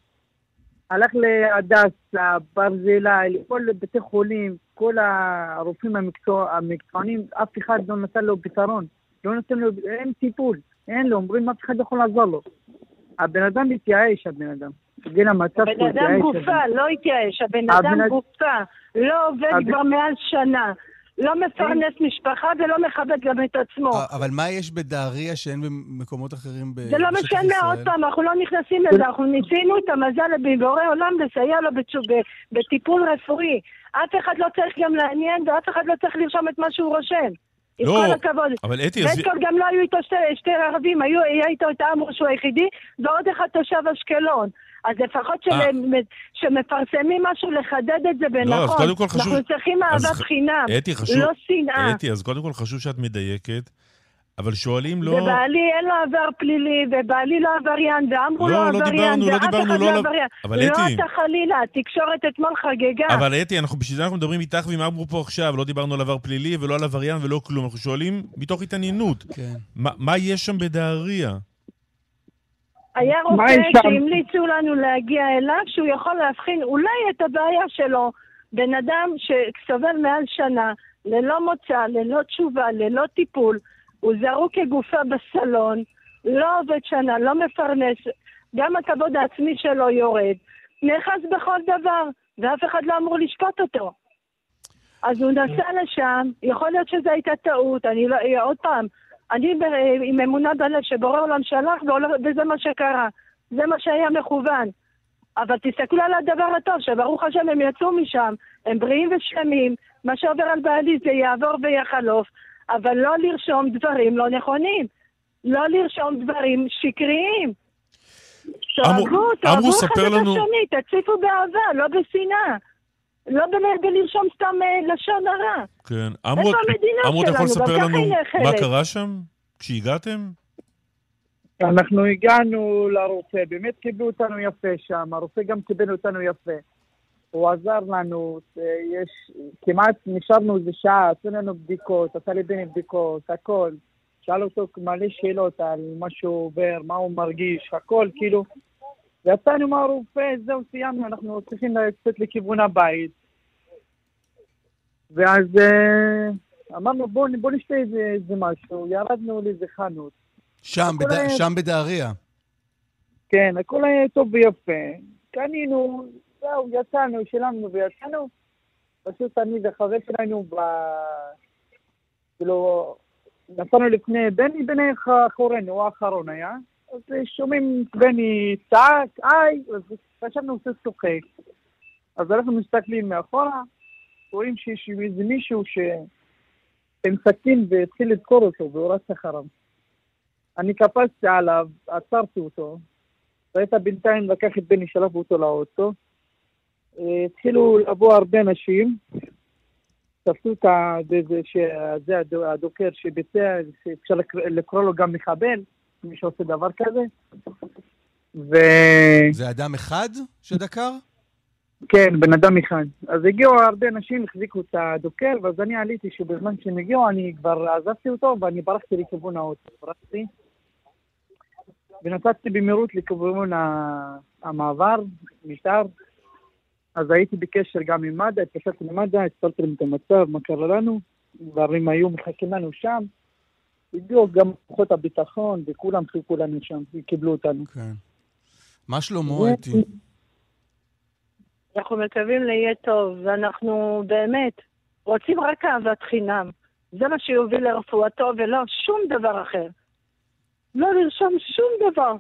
Speaker 18: הלך להדס, לברזילי, לכל בתי חולים, כל הרופאים המקצוענים, אף אחד לא נתן לו פתרון. לא נתן לו, אין טיפול, אין לו, אומרים אף אחד לא יכול לעזור לו. הבן אדם התייאש, הבן אדם. הבן
Speaker 17: אדם גופה, לא התייאש, הבן אדם גופה, לא עובד כבר מעל שנה. לא מפרנס משפחה ולא מכבד גם את עצמו.
Speaker 4: אבל מה יש בדהריה שאין במקומות אחרים בשטח ישראל?
Speaker 17: זה לא משנה, עוד פעם, אנחנו לא נכנסים לזה, אנחנו ניסינו את המזל בבורא עולם לסייע לו בטיפול רפואי. אף אחד לא צריך גם לעניין, ואף אחד לא צריך לרשום את מה שהוא רושם. עם כל הכבוד.
Speaker 3: אבל אתי...
Speaker 17: וכל גם לא היו איתו שתי ערבים, היה איתו את עמרו שהוא היחידי, ועוד אחד תושב אשקלון. אז לפחות שמפרסמים משהו לחדד את זה בנכון. אנחנו צריכים אהבת חינם, לא שנאה.
Speaker 3: אתי, אז קודם כל חשוב שאת מדייקת, אבל שואלים לא...
Speaker 17: ובעלי אין לו עבר פלילי, ובעלי לא עבריין, ואמרו לא עבריין, ואף אחד לא עבריין. לא אתה חלילה, התקשורת אתמול חגגה.
Speaker 3: אבל אתי, בשביל זה אנחנו מדברים איתך ועם אמרו פה עכשיו, לא דיברנו על עבר פלילי ולא על עבריין ולא כלום. אנחנו שואלים מתוך התעניינות. מה יש שם בדהריה?
Speaker 17: היה רופא שהמליצו לנו להגיע אליו, שהוא יכול להבחין אולי את הבעיה שלו. בן אדם שסובל מעל שנה, ללא מוצא, ללא תשובה, ללא טיפול, הוא זרוק כגופה בסלון, לא עובד שנה, לא מפרנס, גם הכבוד העצמי שלו יורד, נאחז בכל דבר, ואף אחד לא אמור לשפוט אותו. אז הוא נסע לשם, יכול להיות שזו הייתה טעות, עוד פעם, אני עם אמונה בלב שבורא עולם שלח, וזה מה שקרה. זה מה שהיה מכוון. אבל תסתכלו על הדבר הטוב, שברוך השם הם יצאו משם, הם בריאים ושלמים, מה שעובר על בעלי זה יעבור ויחלוף, אבל לא לרשום דברים לא נכונים. לא לרשום דברים שקריים. תאהבו אחד את השני, תציפו באהבה, לא בשנאה. לא בלרשום סתם לשון הרע.
Speaker 3: כן. אמרו, אתה יכול לספר לנו מה קרה שם כשהגעתם?
Speaker 18: אנחנו הגענו לרופא, באמת קיבלו אותנו יפה שם, הרופא גם קיבל אותנו יפה. הוא עזר לנו, כמעט נשארנו איזה שעה, עשו לנו בדיקות, עשה לי בין בדיקות, הכל. שאל אותו מלא שאלות על מה שהוא עובר, מה הוא מרגיש, הכל כאילו. ויצאנו מהרופא, זהו, סיימנו, אנחנו צריכים לצאת לכיוון הבית. ואז אמרנו, בוא נשתה איזה משהו, ירדנו לאיזה חנות.
Speaker 4: שם בדהריה.
Speaker 18: כן, הכל היה טוב ויפה. קנינו, זהו, יצאנו, שלמנו ויצאנו. פשוט אני וחבר שלנו, כאילו, נסענו לפני בני אחורנו, הוא האחרון היה. אז שומעים בני צעק, אז חשבנו עושה צוחק. אז אנחנו מסתכלים מאחורה, רואים שיש איזה מישהו עם סכין והתחיל לדקור אותו והורס אחריו. אני קפצתי עליו, עצרתי אותו, ראית בינתיים לקח את בני, שלף אותו לאוטו, התחילו לבוא הרבה אנשים, תפסו את זה הדוקר שביצע, שאפשר לקרוא לו גם מחבל, מי שעושה דבר כזה.
Speaker 4: זה אדם אחד שדקר?
Speaker 18: כן, בן אדם אחד. אז הגיעו הרבה אנשים, החזיקו את הדוקר, ואז אני עליתי שבזמן שהם הגיעו, אני כבר עזבתי אותו, ואני ברחתי לכיוון האוטו. ברחתי, ונצאתי במהירות לכיוון המעבר, משטר. אז הייתי בקשר גם עם מד"א, התקשרתי למד"א, הסברתי להם את המצב, מה קרה לנו, דברים היו מחכים לנו שם. בדיוק, גם כוחות הביטחון, וכולם חיכו לנו שם, וקיבלו אותנו.
Speaker 4: כן. מה שלמה, אתי?
Speaker 17: אנחנו מקווים ליהיה טוב, ואנחנו באמת רוצים רק אהבת חינם. זה מה שיוביל לרפואתו, ולא שום דבר אחר. לא לרשום שום דבר.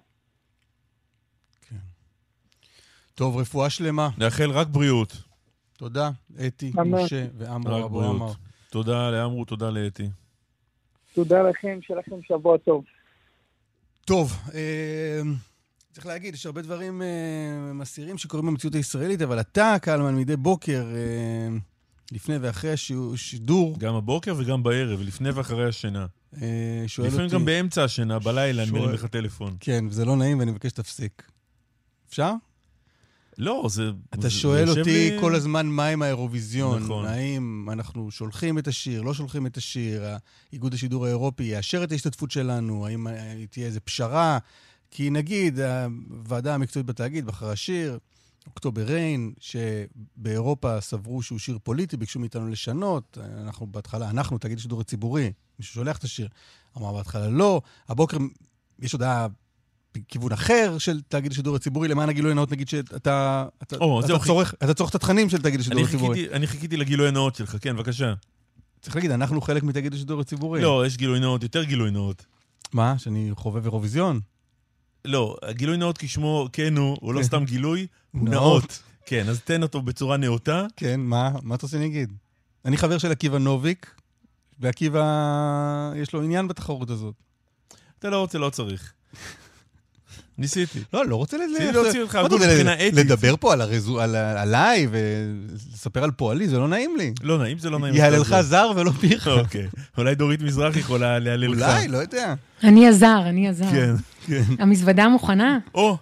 Speaker 4: טוב, רפואה שלמה.
Speaker 3: נאחל רק בריאות.
Speaker 4: תודה, אתי, משה ואמרו אבו עמר.
Speaker 3: תודה לאמרו, תודה לאתי.
Speaker 18: תודה לכם, שלכם שבוע טוב.
Speaker 4: טוב, צריך להגיד, יש הרבה דברים מסעירים שקורים במציאות הישראלית, אבל אתה, קלמן, מדי בוקר, לפני ואחרי השידור...
Speaker 3: גם הבוקר וגם בערב, לפני ואחרי השינה. לפעמים
Speaker 4: אותי,
Speaker 3: גם באמצע השינה, בלילה, אני מרים לך טלפון.
Speaker 4: כן, וזה לא נעים ואני מבקש שתפסיק. אפשר?
Speaker 3: לא, זה...
Speaker 4: אתה שואל אותי
Speaker 3: לי...
Speaker 4: כל הזמן מה עם האירוויזיון.
Speaker 3: נכון.
Speaker 4: האם אנחנו שולחים את השיר, לא שולחים את השיר, האיגוד השידור האירופי יאשר את ההשתתפות שלנו, האם תהיה איזו פשרה, כי נגיד, הוועדה המקצועית בתאגיד בחרה שיר, אוקטובר ריין, שבאירופה סברו שהוא שיר פוליטי, ביקשו מאיתנו לשנות, אנחנו תאגיד השידור הציבורי, מישהו שולח את השיר, אמר בהתחלה לא, הבוקר יש הודעה בכיוון אחר של תאגיד השידור הציבורי, למען הגילוי הנאות נגיד שאתה צורך את התכנים של תאגיד השידור הציבורי.
Speaker 3: אני חיכיתי לגילוי הנאות שלך, כן, בבקשה.
Speaker 4: צריך להגיד, אנחנו חלק מתאגיד השידור הציבורי.
Speaker 3: לא, יש גילוי נאות, יותר גילוי נאות.
Speaker 4: מה? שאני חובב אירוויזיון?
Speaker 3: לא, הגילוי נאות כשמו, כן הוא לא סתם גילוי, הוא נאות. כן, אז תן אותו בצורה נאותה.
Speaker 4: כן, מה אתה רוצה להגיד? אני חבר של עקיבא נוביק, ועקיבא יש לו עניין בתחרות הזאת.
Speaker 3: אתה לא רוצה, לא צריך. ניסיתי.
Speaker 4: לא רוצה
Speaker 3: להוציא אותך מבחינה אתית.
Speaker 4: לדבר פה עליי ולספר על פועלי, זה לא נעים לי.
Speaker 3: לא נעים, זה לא נעים.
Speaker 4: יהללך זר ולא פיך.
Speaker 3: אוקיי. אולי דורית מזרח יכולה להלל לך.
Speaker 4: אולי, לא יודע.
Speaker 19: אני הזר.
Speaker 3: כן.
Speaker 19: המזוודה מוכנה?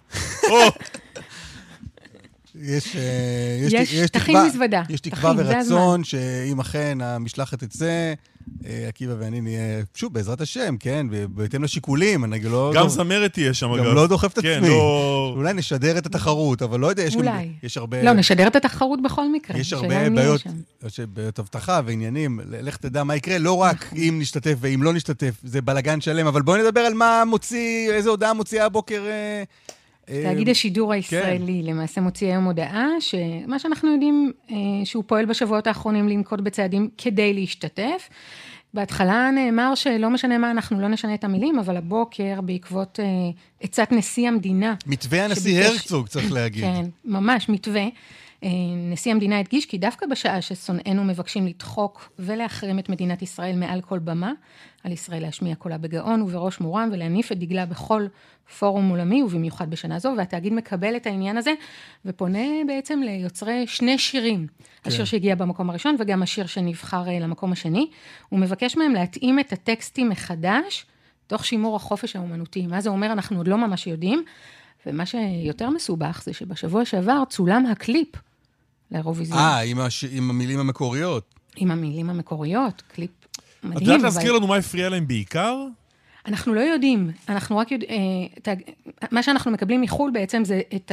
Speaker 4: יש תקווה ורצון שאם אכן המשלחת תצא, עקיבא ואני נהיה, שוב, בעזרת השם, כן, ובהתאם לשיקולים, אני לא...
Speaker 3: גם זמרת תהיה שם, אגב.
Speaker 4: גם לא דוחף את עצמי. אולי נשדר את התחרות, אבל לא יודע, יש הרבה...
Speaker 19: לא, נשדר את התחרות בכל מקרה.
Speaker 4: יש הרבה בעיות הבטחה ועניינים, לך תדע מה יקרה, לא רק אם נשתתף ואם לא נשתתף, זה בלגן שלם, אבל בואי נדבר על מה מוציא, איזה הודעה מוציאה הבוקר...
Speaker 19: תאגיד השידור הישראלי למעשה מוציא היום הודעה, שמה שאנחנו יודעים שהוא פועל בשבועות האחרונים לנקוט בצעדים כדי להשתתף. בהתחלה נאמר שלא משנה מה, אנחנו לא נשנה את המילים, אבל הבוקר בעקבות עצת נשיא המדינה.
Speaker 4: מתווה הנשיא הרצוג, צריך להגיד.
Speaker 19: כן, ממש מתווה. נשיא המדינה הדגיש כי דווקא בשעה ששונאינו מבקשים לדחוק ולהחרים את מדינת ישראל מעל כל במה, על ישראל להשמיע קולה בגאון ובראש מורם ולהניף את דגלה בכל פורום עולמי ובמיוחד בשנה זו, והתאגיד מקבל את העניין הזה ופונה בעצם ליוצרי שני שירים, כן. השיר שהגיע במקום הראשון וגם השיר שנבחר למקום השני, הוא מבקש מהם להתאים את הטקסטים מחדש תוך שימור החופש האומנותי. מה זה אומר? אנחנו עוד לא ממש יודעים, ומה שיותר מסובך זה שבשבוע שעבר צולם הקליפ לאירוויזיון.
Speaker 4: עם המילים המקוריות.
Speaker 19: עם המילים המקוריות, קליפ מדהים.
Speaker 3: את יודעת להזכיר לנו מה הפריע להם בעיקר?
Speaker 19: אנחנו לא יודעים, אנחנו רק יודעים, מה שאנחנו מקבלים מחול בעצם זה את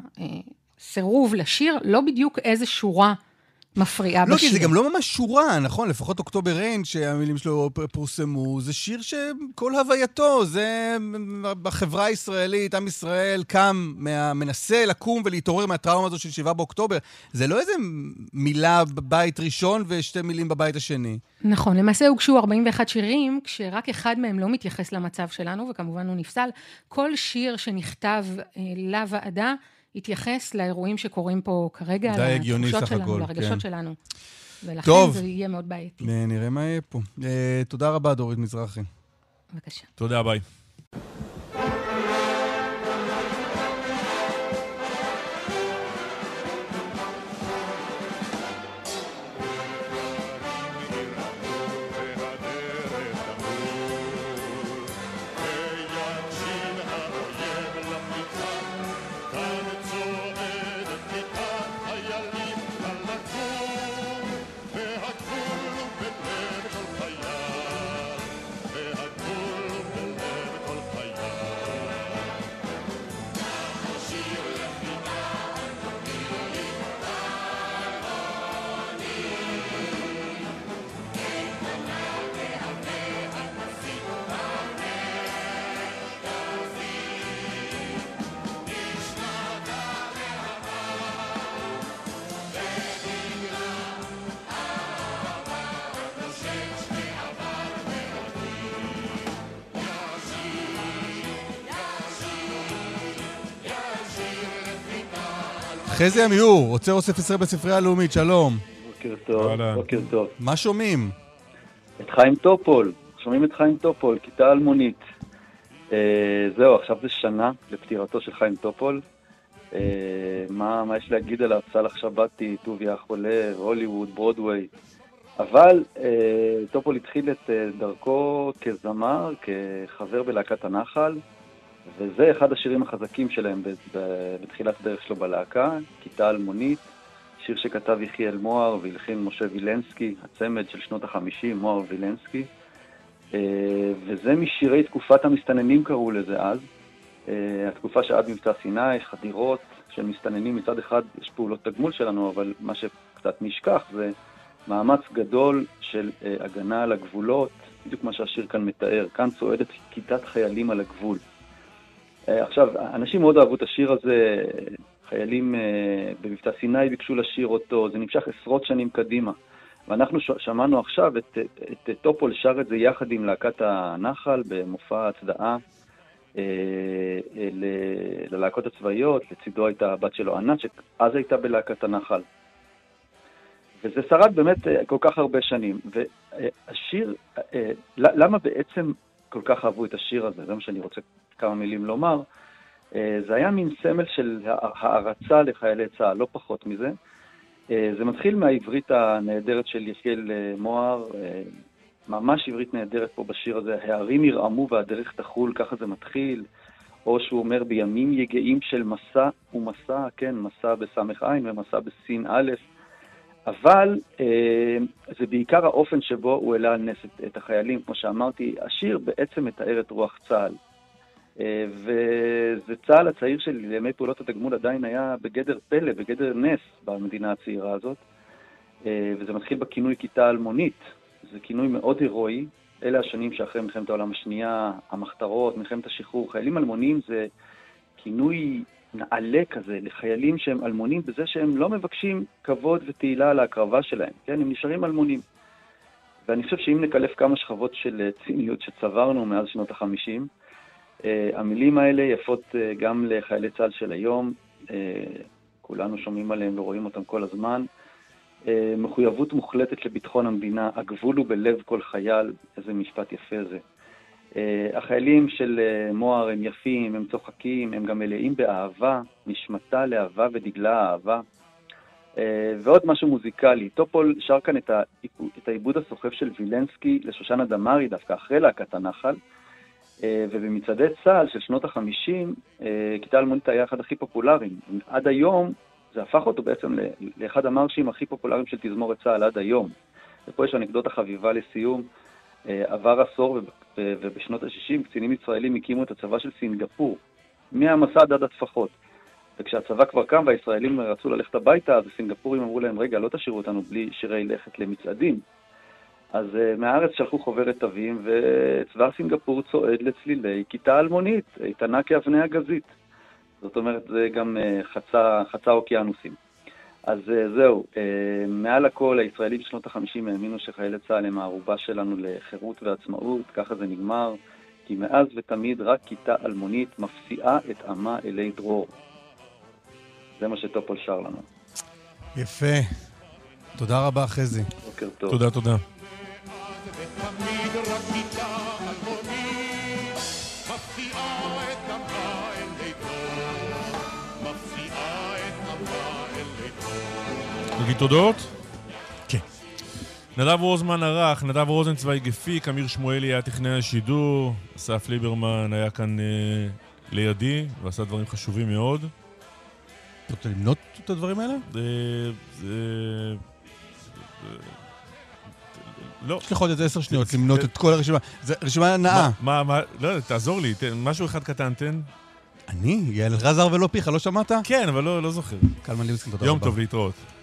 Speaker 19: הסירוב לשיר, לא בדיוק איזה שורה מפריעה בשיר.
Speaker 4: לא, כי זה גם לא ממש שורה, נכון? לפחות אוקטובר ריין, שהמילים שלו פורסמו, זה שיר שכל הווייתו, זה בחברה הישראלית, עם ישראל קם, מנסה לקום ולהתעורר מהטראומה הזו של 7 באוקטובר. זה לא איזה מילה בבית ראשון ושתי מילים בבית השני.
Speaker 19: נכון, למעשה הוגשו 41 שירים, כשרק אחד מהם לא מתייחס למצב שלנו, וכמובן הוא נפסל. כל שיר שנכתב לוועדה, התייחס לאירועים שקורים פה כרגע, לתחושות שלנו, לרגשות שלנו. ולכן זה יהיה מאוד בעייתי.
Speaker 4: נראה מה יהיה פה. תודה רבה, דורית מזרחי.
Speaker 19: בבקשה.
Speaker 3: תודה, ביי.
Speaker 4: חזי עמיור, רוצה אוסף ישראל בספרייה הלאומית, שלום.
Speaker 20: בוקר טוב, בוקר טוב.
Speaker 4: מה שומעים?
Speaker 20: את חיים טופול, שומעים את חיים טופול, כיתה אלמונית. זהו, עכשיו זה שנה לפטירתו של חיים טופול. מה יש להגיד עליו? סלח שבתי, טוביה החולה, הוליווד, ברודווי. אבל טופול התחיל את דרכו כזמר, כחבר בלהקת הנחל, וזה אחד השירים החזקים שלהם בתחילת הדרך שלו בלהקה, כיתה אלמונית, שיר שכתב יחיאל מוהר והלחין משה וילנסקי, הצמד של שנות ה-50, מוהר וילנסקי, וזה משירי תקופת המסתננים קראו לזה אז, התקופה שעד מבצע סיני, חדירות של מסתננים, מצד אחד יש פעולות תגמול שלנו, אבל מה שקצת נשכח זה מאמץ גדול של הגנה על הגבולות, בדיוק מה שהשיר כאן מתאר, כאן צועדת כיתת חיילים על הגבול. עכשיו, אנשים מאוד אהבו את השיר הזה, חיילים במבצע סיני ביקשו לשיר אותו, זה נמשך עשרות שנים קדימה. ואנחנו שמענו עכשיו את טופול שר את זה יחד עם להקת הנחל במופע הצדעה ללהקות הצבאיות, לצידו הייתה הבת שלו ענת, שאז הייתה בלהקת הנחל. וזה שרד באמת כל כך הרבה שנים. והשיר, למה בעצם כל כך אהבו את השיר הזה? זה מה שאני רוצה כמה מילים לומר. זה היה מין סמל של הערצה לחיילי צה"ל, לא פחות מזה. זה מתחיל מהעברית הנהדרת של יחיאל מוהר, ממש עברית נהדרת פה בשיר הזה, הערים ירעמו והדרך תחול, ככה זה מתחיל. או שהוא אומר בימים יגעים של מסע ומסע, כן, מסע בסמך עין ומסע בסין א', אבל זה בעיקר האופן שבו הוא העלה על נס את החיילים. כמו שאמרתי, השיר בעצם מתאר את רוח צה"ל. וזה צה"ל הצעיר של ימי פעולות התגמול עדיין היה בגדר פלא, בגדר נס במדינה הצעירה הזאת. וזה מתחיל בכינוי כיתה אלמונית. זה כינוי מאוד הירואי. אלה השנים שאחרי מלחמת העולם השנייה, המחתרות, מלחמת השחרור. חיילים אלמונים זה כינוי נעלה כזה לחיילים שהם אלמונים בזה שהם לא מבקשים כבוד ותהילה על ההקרבה שלהם. כן, הם נשארים אלמונים. ואני חושב שאם נקלף כמה שכבות של ציניות שצברנו מאז שנות ה-50, המילים האלה יפות גם לחיילי צה"ל של היום, כולנו שומעים עליהם ורואים אותם כל הזמן. מחויבות מוחלטת לביטחון המדינה, הגבול הוא בלב כל חייל, איזה משפט יפה זה. החיילים של מוהר הם יפים, הם צוחקים, הם גם מלאים באהבה, נשמתה לאהבה ודגלה האהבה. ועוד משהו מוזיקלי, טופול שר כאן את העיבוד הסוחף של וילנסקי לשושנה דמארי, דווקא אחרי להקת הנחל, ובמצעדי צה"ל של שנות ה-50, כיתה אלמונית היה אחד הכי פופולריים. עד היום זה הפך אותו בעצם לאחד המרשים הכי פופולריים של תזמורת צה"ל עד היום. ופה יש אנקדוטה חביבה לסיום. עבר עשור ובשנות ה-60 קצינים ישראלים הקימו את הצבא של סינגפור, מהמסד עד הטפחות. וכשהצבא כבר קם והישראלים רצו ללכת הביתה, אז הסינגפורים אמרו להם, רגע, לא תשאירו אותנו בלי שירי לכת למצעדים. אז מהארץ שלחו חוברת תווים, וצבא סינגפור צועד לצלילי כיתה אלמונית, איתנה כאבני הגזית. זאת אומרת, זה גם חצה אוקיינוסים. אז זהו, מעל הכל הישראלים בשנות ה-50 האמינו שחיילי צה"ל הם הערובה שלנו לחירות ועצמאות, ככה זה נגמר, כי מאז ותמיד רק כיתה אלמונית מפסיעה את עמה אלי דרור. זה מה שטופול שר לנו.
Speaker 4: יפה. תודה רבה, חזי.
Speaker 20: בוקר טוב.
Speaker 3: תודה, תודה. נגיד תודות?
Speaker 4: כן.
Speaker 3: נדב רוזמן ערך, נדב רוזנצווי גפיק, אמיר שמואלי היה טכנאי השידור, אסף ליברמן היה כאן לידי ועשה דברים חשובים מאוד.
Speaker 4: אתה רוצה למנות את הדברים האלה?
Speaker 3: לא.
Speaker 4: יש לך עוד 10 שניות למנות את כל הרשימה. זו רשימה נאה.
Speaker 3: לא, תעזור לי, משהו אחד קטן תן.
Speaker 4: אני? יעל רזר ולא פיך, לא שמעת?
Speaker 3: כן, אבל לא זוכר.
Speaker 4: קלמן ליבסקין, תודה רבה.
Speaker 3: יום טוב, להתראות.